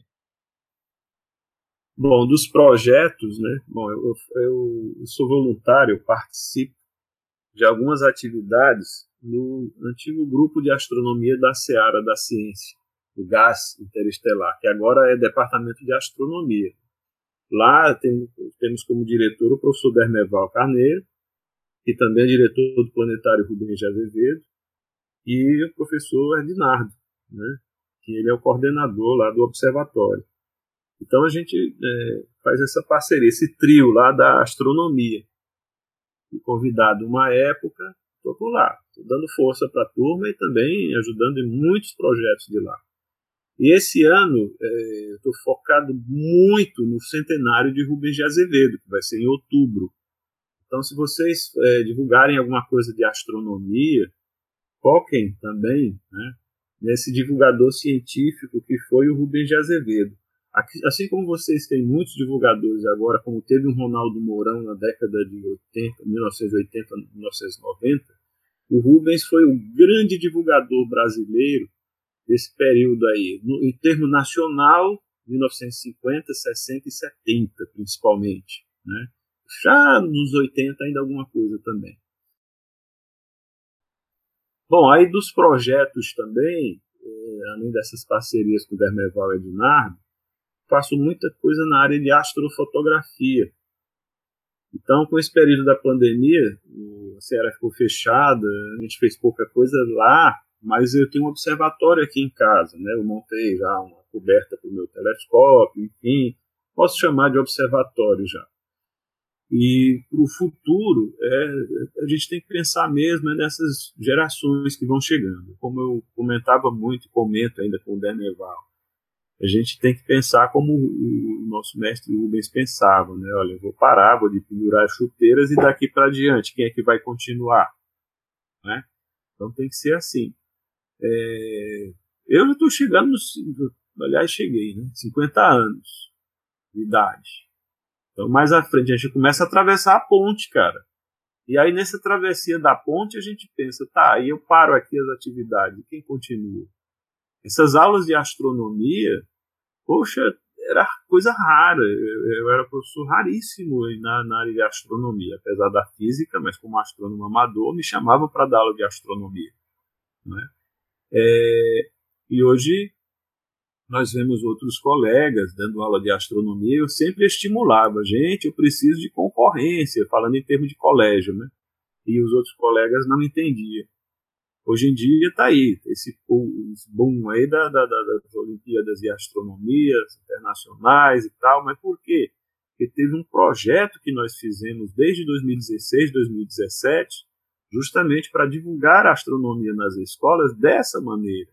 Bom, dos projetos, né? Bom, eu sou voluntário, eu participo de algumas atividades no antigo grupo de astronomia da Seara da Ciência, o GAS Interestelar, que agora é Departamento de Astronomia. Lá temos como diretor o professor Dermeval Carneiro, que também é diretor do Planetário Rubens de Azevedo, e o professor Ednardo, né? Que ele é o coordenador lá do observatório. Então a gente faz essa parceria, esse trio lá da astronomia. Fui convidado uma época, estou por lá, estou dando força para a turma e também ajudando em muitos projetos de lá. E esse ano estou focado muito no centenário de Rubens de Azevedo, que vai ser em outubro. Então, se vocês divulgarem alguma coisa de astronomia, foquem também, né, nesse divulgador científico que foi o Rubens de Azevedo. Assim como vocês têm muitos divulgadores agora, como teve um Ronaldo Mourão na década de 1980, 1990, o Rubens foi um grande divulgador brasileiro desse período aí, em termo nacional, 1950, 60 e 70, principalmente, né? Já nos 80 ainda alguma coisa também. Bom, aí dos projetos também, além dessas parcerias com o Dermeval e Ednardo, faço muita coisa na área de astrofotografia. Então, com esse período da pandemia, a Seara ficou fechada, a gente fez pouca coisa lá, mas eu tenho um observatório aqui em casa, né? Eu montei já uma coberta para o meu telescópio, enfim, posso chamar de observatório já. E para o futuro, a gente tem que pensar mesmo nessas gerações que vão chegando. Como eu comentava muito e comento ainda com o Dermeval, a gente tem que pensar como o nosso mestre Rubens pensava, né? Olha, eu vou parar, vou pendurar as chuteiras e daqui para diante, quem é que vai continuar? Né? Então tem que ser assim. Eu estou chegando, aliás, cheguei, né? 50 anos de idade. Então, mais à frente, a gente começa a atravessar a ponte, cara. E aí, nessa travessia da ponte, a gente pensa, tá, aí eu paro aqui as atividades, quem continua? Essas aulas de astronomia, poxa, era coisa rara. Eu era professor raríssimo na área de astronomia, apesar da física, mas como astrônomo amador, me chamavam para dar aula de astronomia, né? E hoje nós vemos outros colegas dando aula de astronomia. Eu sempre estimulava, gente, eu preciso de concorrência, falando em termos de colégio, né? E os outros colegas não entendiam. Hoje em dia está aí, esse boom aí das Olimpíadas de Astronomia internacionais e tal, mas por quê? Porque teve um projeto que nós fizemos desde 2016, 2017, justamente para divulgar a astronomia nas escolas dessa maneira.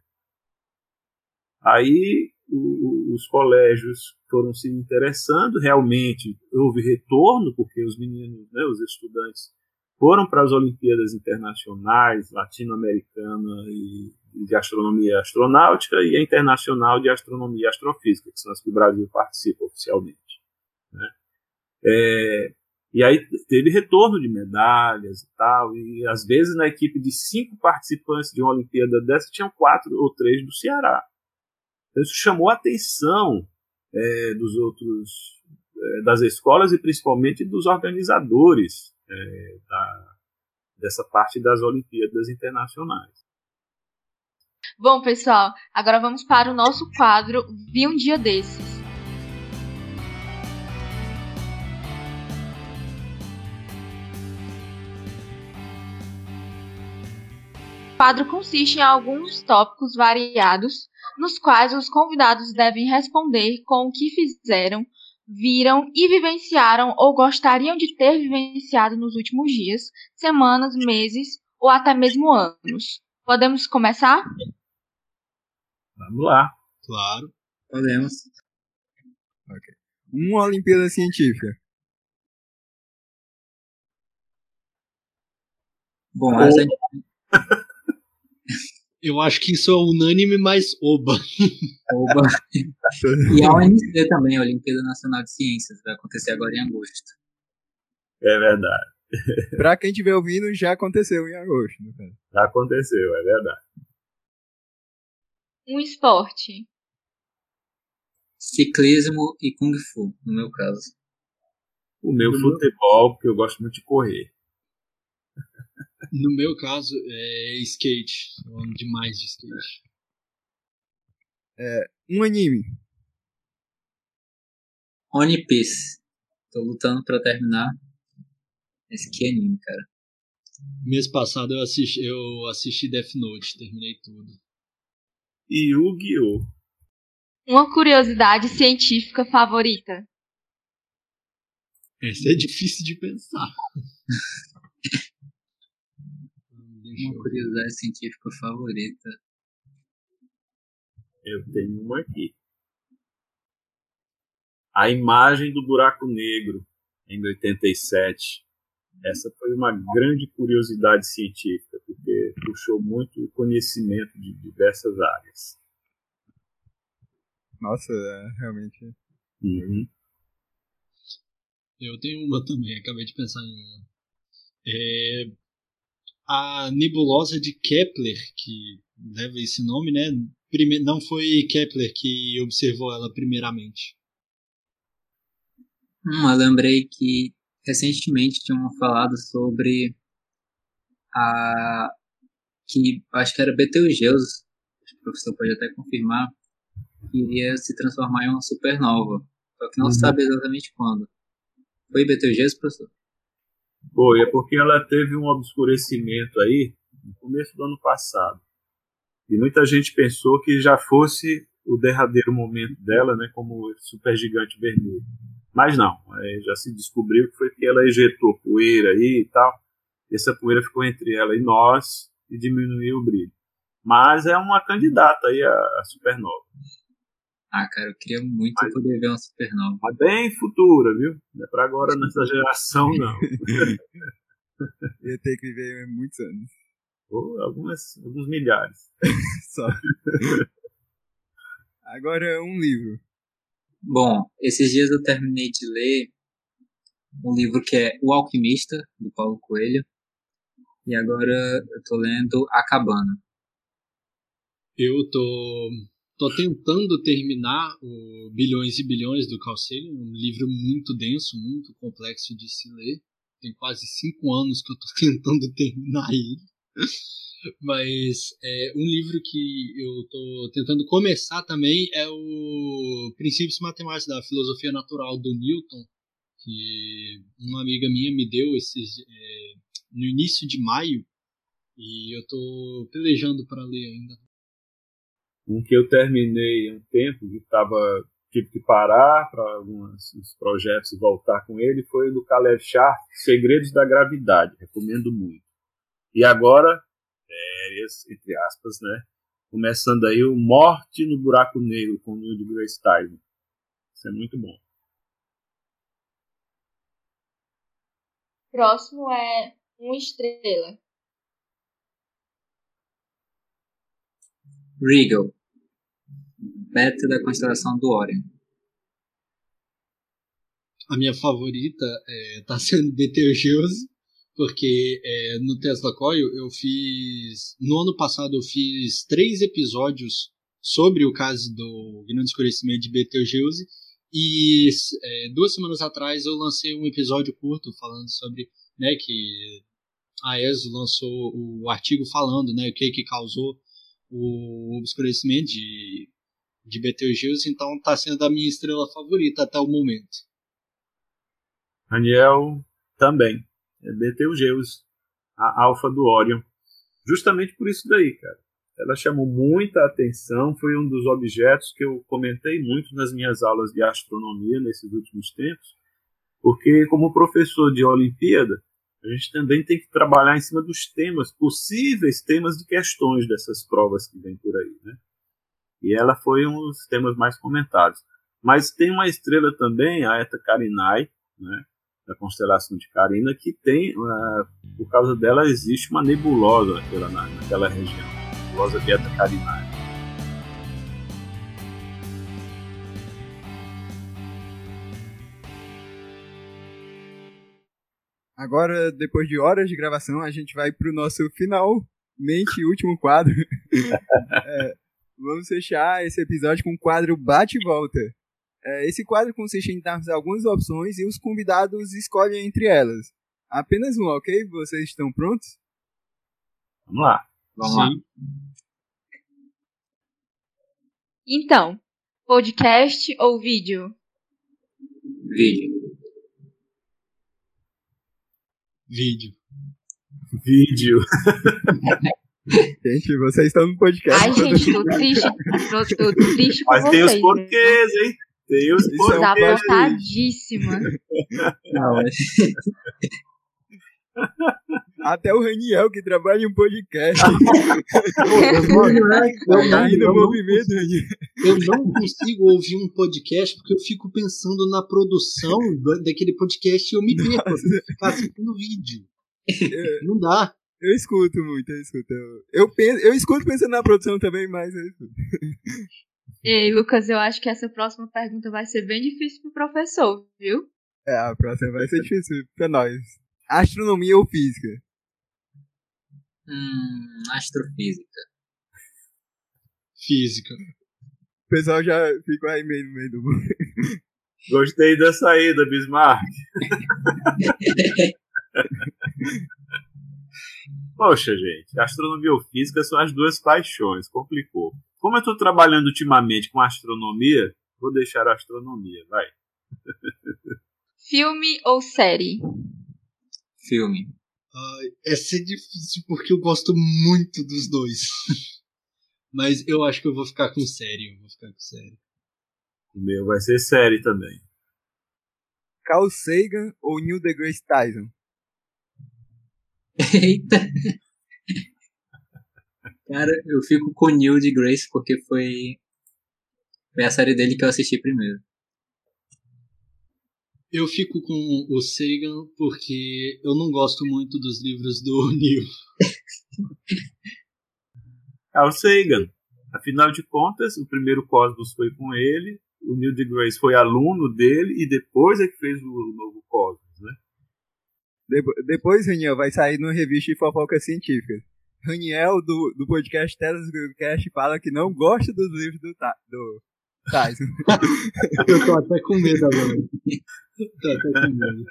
Aí os colégios foram se interessando, realmente houve retorno, porque os meninos, né, os estudantes, foram para as Olimpíadas Internacionais, Latino-Americana e de Astronomia e Astronáutica e a Internacional de Astronomia e Astrofísica, que são as que o Brasil participa oficialmente, né? E aí teve retorno de medalhas e tal, e às vezes na equipe de 5 participantes de uma Olimpíada dessa tinham 4 ou 3 do Ceará. Então isso chamou a atenção dos outros, das escolas e principalmente dos organizadores dessa parte das Olimpíadas Internacionais. Bom, pessoal, agora vamos para o nosso quadro Vi um Dia Desses. O quadro consiste em alguns tópicos variados, nos quais os convidados devem responder com o que fizeram, viram e vivenciaram ou gostariam de ter vivenciado nos últimos dias, semanas, meses ou até mesmo anos. Podemos começar? Vamos lá. Claro. Podemos. Okay. Uma Olimpíada Científica. Bom, Eu acho que isso é unânime, mas oba. Oba. E a ONC também, a Olimpíada Nacional de Ciências, vai acontecer agora em agosto. É verdade. Pra quem estiver ouvindo, já aconteceu em agosto. Né? Já aconteceu, é verdade. Um esporte. Ciclismo e Kung Fu, no meu caso. O meu futebol, porque eu gosto muito de correr. No meu caso, é skate. Eu ando demais de skate. Um anime. One Piece. Tô lutando pra terminar. Esse que anime, cara. Mês passado eu assisti Death Note, terminei tudo. E Yu-Gi-Oh! Uma curiosidade científica favorita. Essa é difícil de pensar. Uma curiosidade científica favorita. Eu tenho uma aqui. A imagem do buraco negro, em 87. Essa foi uma grande curiosidade científica, porque puxou muito conhecimento de diversas áreas. Nossa, realmente. Uhum. Eu tenho uma também, acabei de pensar em uma. A nebulosa de Kepler, que leva esse nome, né? Não foi Kepler que observou ela primeiramente. Eu lembrei que recentemente tinham falado sobre que acho que era Betelgeuse, o professor pode até confirmar, que iria se transformar em uma supernova, só que não se sabe exatamente quando. Foi Betelgeuse, professor? Foi, é porque ela teve um obscurecimento aí no começo do ano passado. E muita gente pensou que já fosse o derradeiro momento dela, né, como supergigante vermelho. Mas não, já se descobriu que foi que ela ejetou poeira aí e tal. E essa poeira ficou entre ela e nós e diminuiu o brilho. Mas é uma candidata aí a supernova. Ah, cara, eu queria muito poder ver uma supernova. Mas bem futura, viu? Não é pra agora nessa geração, não. Ia ter que viver muitos anos. Ou alguns milhares. Só. Agora, um livro. Bom, esses dias eu terminei de ler um livro que é O Alquimista, do Paulo Coelho. E agora eu tô lendo A Cabana. Eu tô tentando terminar o Bilhões e Bilhões do Carl Sagan, um livro muito denso, muito complexo de se ler. Tem quase 5 anos que eu tô tentando terminar ele. Mas um livro que eu tô tentando começar também é o Princípios Matemáticos da Filosofia Natural do Newton, que uma amiga minha me deu no início de maio, e eu tô pelejando para ler ainda. Um que eu terminei há um tempo, tive que parar para alguns projetos e voltar com ele, foi o do Kalev Shah, Segredos da Gravidade. Recomendo muito. E agora, férias, entre aspas, né? Começando aí o Morte no Buraco Negro, com o Neil deGrasse Tyson. Isso é muito bom. Próximo é Uma Estrela. Regal, beta da constelação do Orion. A minha favorita tá sendo Betelgeuse, porque no Tesla Coil no ano passado eu fiz 3 episódios sobre o caso do grande escurecimento de Betelgeuse, e 2 semanas atrás eu lancei um episódio curto falando sobre, né, que a ESO lançou o artigo falando, né, o que causou o obscurecimento de Betelgeuse, então está sendo a minha estrela favorita até o momento. Daniel também. É Betelgeuse, a alfa do Orion. Justamente por isso daí, cara. Ela chamou muita atenção, foi um dos objetos que eu comentei muito nas minhas aulas de astronomia nesses últimos tempos, porque como professor de Olimpíada, a gente também tem que trabalhar em cima dos possíveis temas de questões dessas provas que vem por aí, né? E ela foi um dos temas mais comentados. Mas tem uma estrela também, a Eta Carinae, né, da constelação de Carina, que tem, por causa dela, existe uma nebulosa naquela região, a nebulosa de Eta Carinae. Agora, depois de horas de gravação, a gente vai pro nosso finalmente último quadro. Vamos fechar esse episódio com o quadro Bate e Volta. Esse quadro consiste em darmos algumas opções e os convidados escolhem entre elas. Apenas um, ok? Vocês estão prontos? Vamos lá. Vamos lá. Então, podcast ou vídeo? Vídeo. Vídeo. Gente, vocês estão no podcast. Ai, gente, tô triste com Mas vocês. tem os porquês, hein? Tem os porquês. Desapontadíssima. Não, mas... Até o Raniel, que trabalha em um podcast. Eu não consigo ouvir um podcast porque eu fico pensando na produção daquele podcast e eu me perco. Eu ficar assistindo vídeo. Não dá. Eu escuto muito, eu escuto pensando na produção também, mas eu escuto. Ei, Lucas, eu acho que essa próxima pergunta vai ser bem difícil pro professor, viu? A próxima vai ser difícil pra nós. Astronomia ou física? Astrofísica. Física. O pessoal já ficou aí meio no meio do mundo. Gostei da saída, Bismarck. Poxa, gente, astronomia ou física são as duas paixões, complicou. Como eu estou trabalhando ultimamente com astronomia, vou deixar a astronomia, vai. Filme ou série? Filme. Essa é difícil porque eu gosto muito dos dois. Mas eu acho que eu vou ficar com série. O meu vai ser série também. Carl Sagan ou Neil deGrasse Tyson? Eita! Cara, eu fico com o Neil deGrasse porque foi a série dele que eu assisti primeiro. Eu fico com o Sagan porque eu não gosto muito dos livros do Neil. Carl Sagan. Afinal de contas, o primeiro Cosmos foi com ele, o Neil deGrasse foi aluno dele e depois é que fez o novo Cosmos, né? Depois, Raniel, vai sair numa revista de fofoca científica. Raniel, do podcast Telecast, fala que não gosta dos livros do Tyson. Eu tô até com medo agora. Tô até com medo.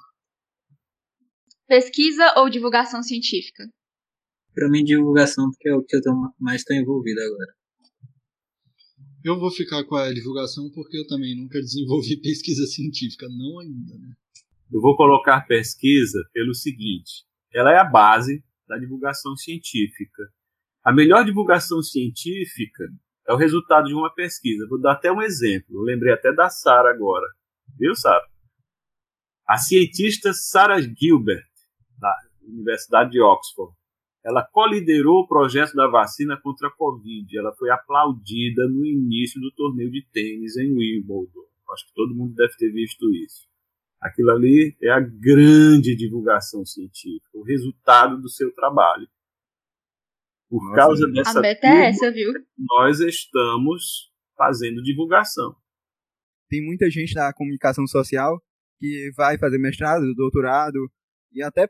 Pesquisa ou divulgação científica? Pra mim, divulgação, porque é o que eu mais estou envolvido agora. Eu vou ficar com a divulgação porque eu também nunca desenvolvi pesquisa científica, não ainda, né? Eu vou colocar pesquisa pelo seguinte: ela é a base da divulgação científica. A melhor divulgação científica é o resultado de uma pesquisa. Vou dar até um exemplo. Eu lembrei até da Sarah agora. Viu, Sarah? A cientista Sarah Gilbert, da Universidade de Oxford, ela coliderou o projeto da vacina contra a Covid. Ela foi aplaudida no início do torneio de tênis em Wimbledon. Acho que todo mundo deve ter visto isso. Aquilo ali é a grande divulgação científica, o resultado do seu trabalho. Por causa dessa a meta é essa, viu? Nós estamos fazendo divulgação. Tem muita gente da comunicação social que vai fazer mestrado, doutorado e até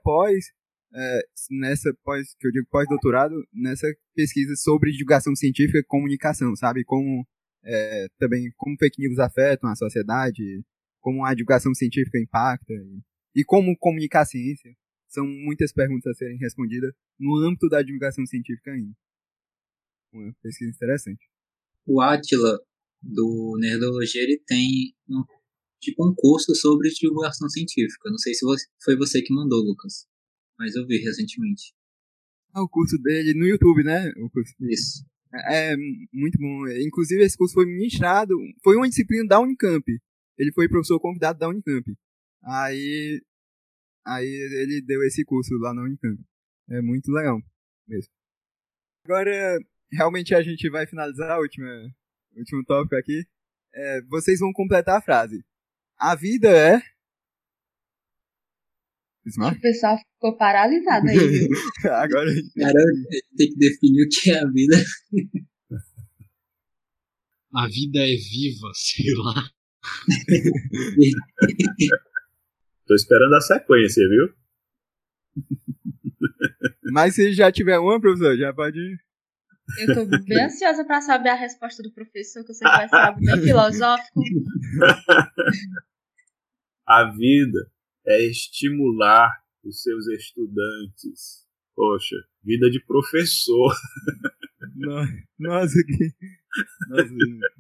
que eu digo pós-doutorado, nessa pesquisa sobre divulgação científica e comunicação, sabe? Também como fake news afetam a sociedade, como a divulgação científica impacta e como comunicar a ciência. São muitas perguntas a serem respondidas no âmbito da divulgação científica ainda. Uma pesquisa interessante. O Átila, do Nerdologia, ele tem um curso sobre divulgação científica. Não sei se foi você que mandou, Lucas, mas eu vi recentemente. O curso dele no YouTube, né? O curso. Isso. É muito bom. Inclusive, esse curso foi ministrado, foi uma disciplina da Unicamp. Ele foi professor convidado da Unicamp. Aí ele deu esse curso lá na Unicamp. É muito legal mesmo. Agora, realmente a gente vai finalizar o último tópico aqui. Vocês vão completar a frase. A vida é... O pessoal ficou paralisado aí, viu? Agora... Cara, a gente tem que definir o que é a vida. A vida é viva, sei lá. Tô esperando a sequência, viu? Mas se já tiver uma, professor, já pode... Eu tô bem ansiosa pra saber a resposta do professor, que eu sei que vai ser algo bem filosófico. A vida é estimular os seus estudantes. Poxa, vida de professor. Nossa, que... Nossa.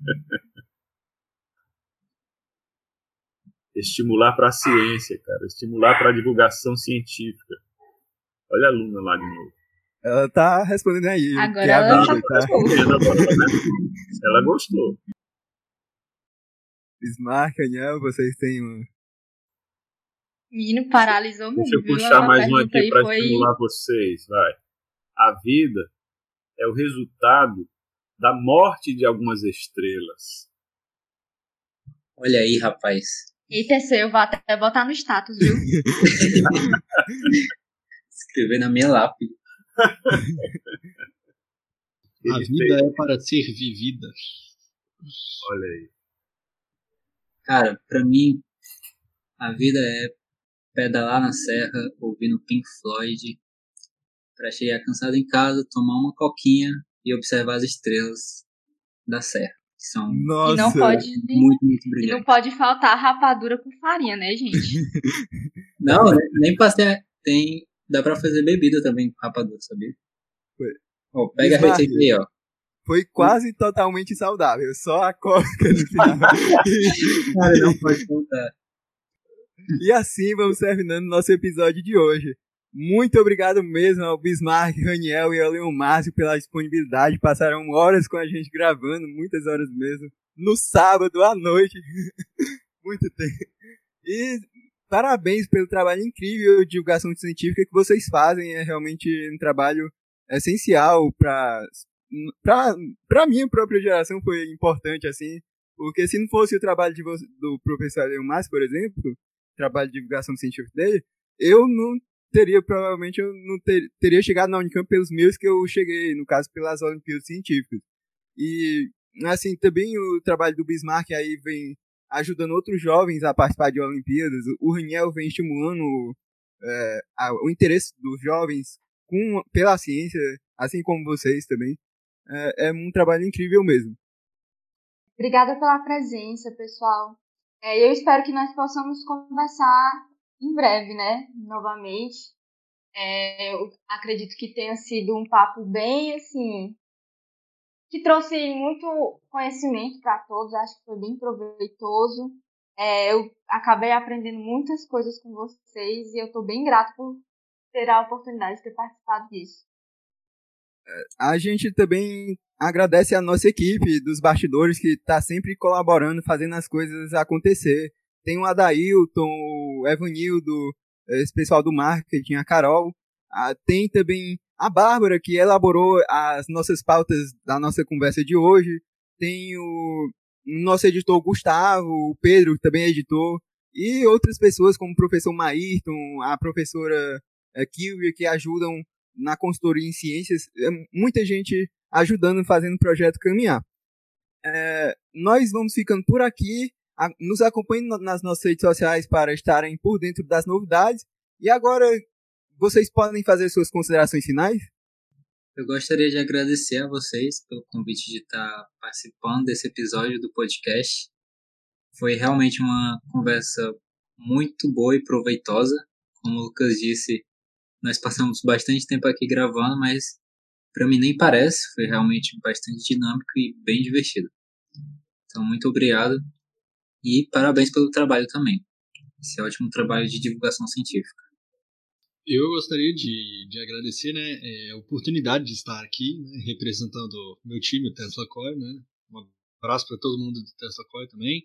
Estimular para a ciência, cara. Estimular para a divulgação científica. Olha a aluna lá de novo. Ela tá respondendo aí. Agora ela tá respondendo agora, né? Ela gostou. Bismarck, Daniel, vocês têm uma... Menino, paralisou mesmo. Deixa eu puxar mais uma aqui para estimular vocês. Vai. A vida é o resultado da morte de algumas estrelas. Olha aí, rapaz. Eita, eu vou até botar no status, viu? Escrever na minha lápide. A vida é para ser vivida. Olha aí. Cara, pra mim, a vida é pedalar na serra, ouvindo Pink Floyd, pra chegar cansado em casa, tomar uma coquinha e observar as estrelas da serra, que são Nossa. E não pode muito, muito E brilhantes. não pode faltar rapadura com farinha, né, gente? Não, nem passear. Dá pra fazer bebida também com rapadura, sabia? Ó, pega a receita aí, ó. Foi quase totalmente saudável, só a coca no final. Cara, não pode faltar. E assim vamos terminando nosso episódio de hoje. Muito obrigado mesmo ao Bismarck, Raniel e ao Leon Márcio pela disponibilidade. Passaram horas com a gente gravando, muitas horas mesmo. No sábado à noite. Muito tempo. E parabéns pelo trabalho incrível de divulgação científica que vocês fazem. É realmente um trabalho essencial para minha própria geração. Foi importante, assim. Porque se não fosse o trabalho do professor Leon Márcio, por exemplo, trabalho de divulgação científica dele, provavelmente eu não teria chegado na Unicamp pelos meios que eu cheguei, no caso, pelas Olimpíadas Científicas. E, assim, também o trabalho do Bismarck aí vem ajudando outros jovens a participar de Olimpíadas. O Raniel vem estimulando o interesse dos jovens pela ciência, assim como vocês também. É um trabalho incrível mesmo. Obrigada pela presença, pessoal. Eu espero que nós possamos conversar em breve, né? Novamente. Eu acredito que tenha sido um papo bem, assim, que trouxe muito conhecimento para todos. Acho que foi bem proveitoso. Eu acabei aprendendo muitas coisas com vocês e eu estou bem grata por ter a oportunidade de ter participado disso. A gente também agradece a nossa equipe dos bastidores que está sempre colaborando, fazendo as coisas acontecer. Tem o Adailton, o Evanildo, esse pessoal do marketing, a Carol. Tem também a Bárbara, que elaborou as nossas pautas da nossa conversa de hoje. Tem o nosso editor Gustavo, o Pedro, que também é editor. E outras pessoas, como o professor Maírton, a professora Kilvia, que ajudam na consultoria em ciências. Muita gente ajudando, fazendo o projeto caminhar. Nós vamos ficando por aqui. Nos acompanhem nas nossas redes sociais para estarem por dentro das novidades. E agora, vocês podem fazer suas considerações finais? Eu gostaria de agradecer a vocês pelo convite de estar participando desse episódio do podcast. Foi realmente uma conversa muito boa e proveitosa. Como o Lucas disse, nós passamos bastante tempo aqui gravando, mas para mim nem parece. Foi realmente bastante dinâmico e bem divertido. Então, muito obrigado e parabéns pelo trabalho também. Esse ótimo trabalho de divulgação científica. Eu gostaria de agradecer, né, a oportunidade de estar aqui, né, representando o meu time, o Tesla Core, né. Um abraço para todo mundo do Tesla Core também.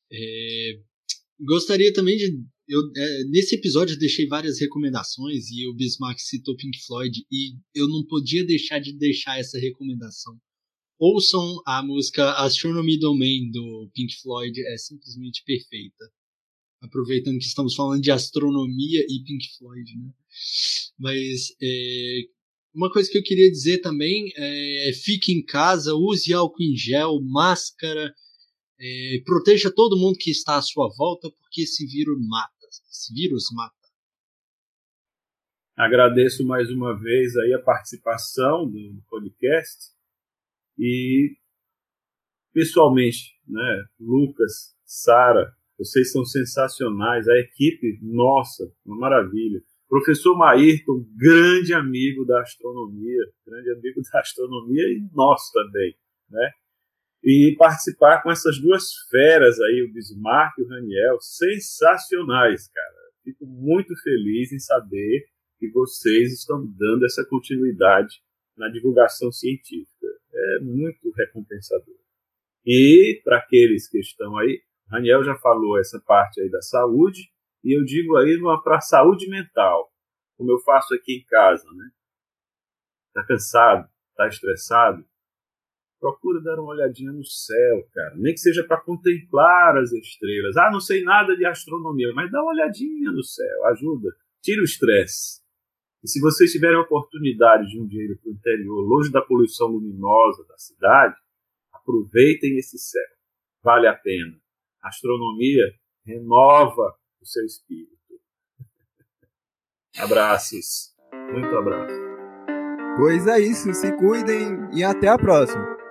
Gostaria também nesse episódio eu deixei várias recomendações e o Bismarck citou Pink Floyd e eu não podia deixar de deixar essa recomendação. Ouçam a música Astronomy Domain do Pink Floyd, é simplesmente perfeita. Aproveitando que estamos falando de astronomia e Pink Floyd, né? Mas uma coisa que eu queria dizer também é fique em casa, use álcool em gel, máscara, proteja todo mundo que está à sua volta, porque esse vírus mata. Agradeço mais uma vez aí a participação do podcast e pessoalmente, né, Lucas, Sara, vocês são sensacionais, a equipe, nossa, uma maravilha. Professor Maírton, grande amigo da astronomia e nosso também, né? E participar com essas duas feras aí, o Bismarck e o Raniel, sensacionais, cara. Fico muito feliz em saber que vocês estão dando essa continuidade na divulgação científica. É muito recompensador. E para aqueles que estão aí, Raniel já falou essa parte aí da saúde, e eu digo aí para a saúde mental, como eu faço aqui em casa, né? Tá cansado, tá estressado, procura dar uma olhadinha no céu, cara. Nem que seja para contemplar as estrelas. Não sei nada de astronomia, mas dá uma olhadinha no céu, ajuda. Tira o estresse. E se vocês tiverem a oportunidade de um dia ir para o interior, longe da poluição luminosa da cidade, aproveitem esse céu. Vale a pena. A astronomia renova o seu espírito. Abraços. Muito abraço. Pois é isso. Se cuidem e até a próxima.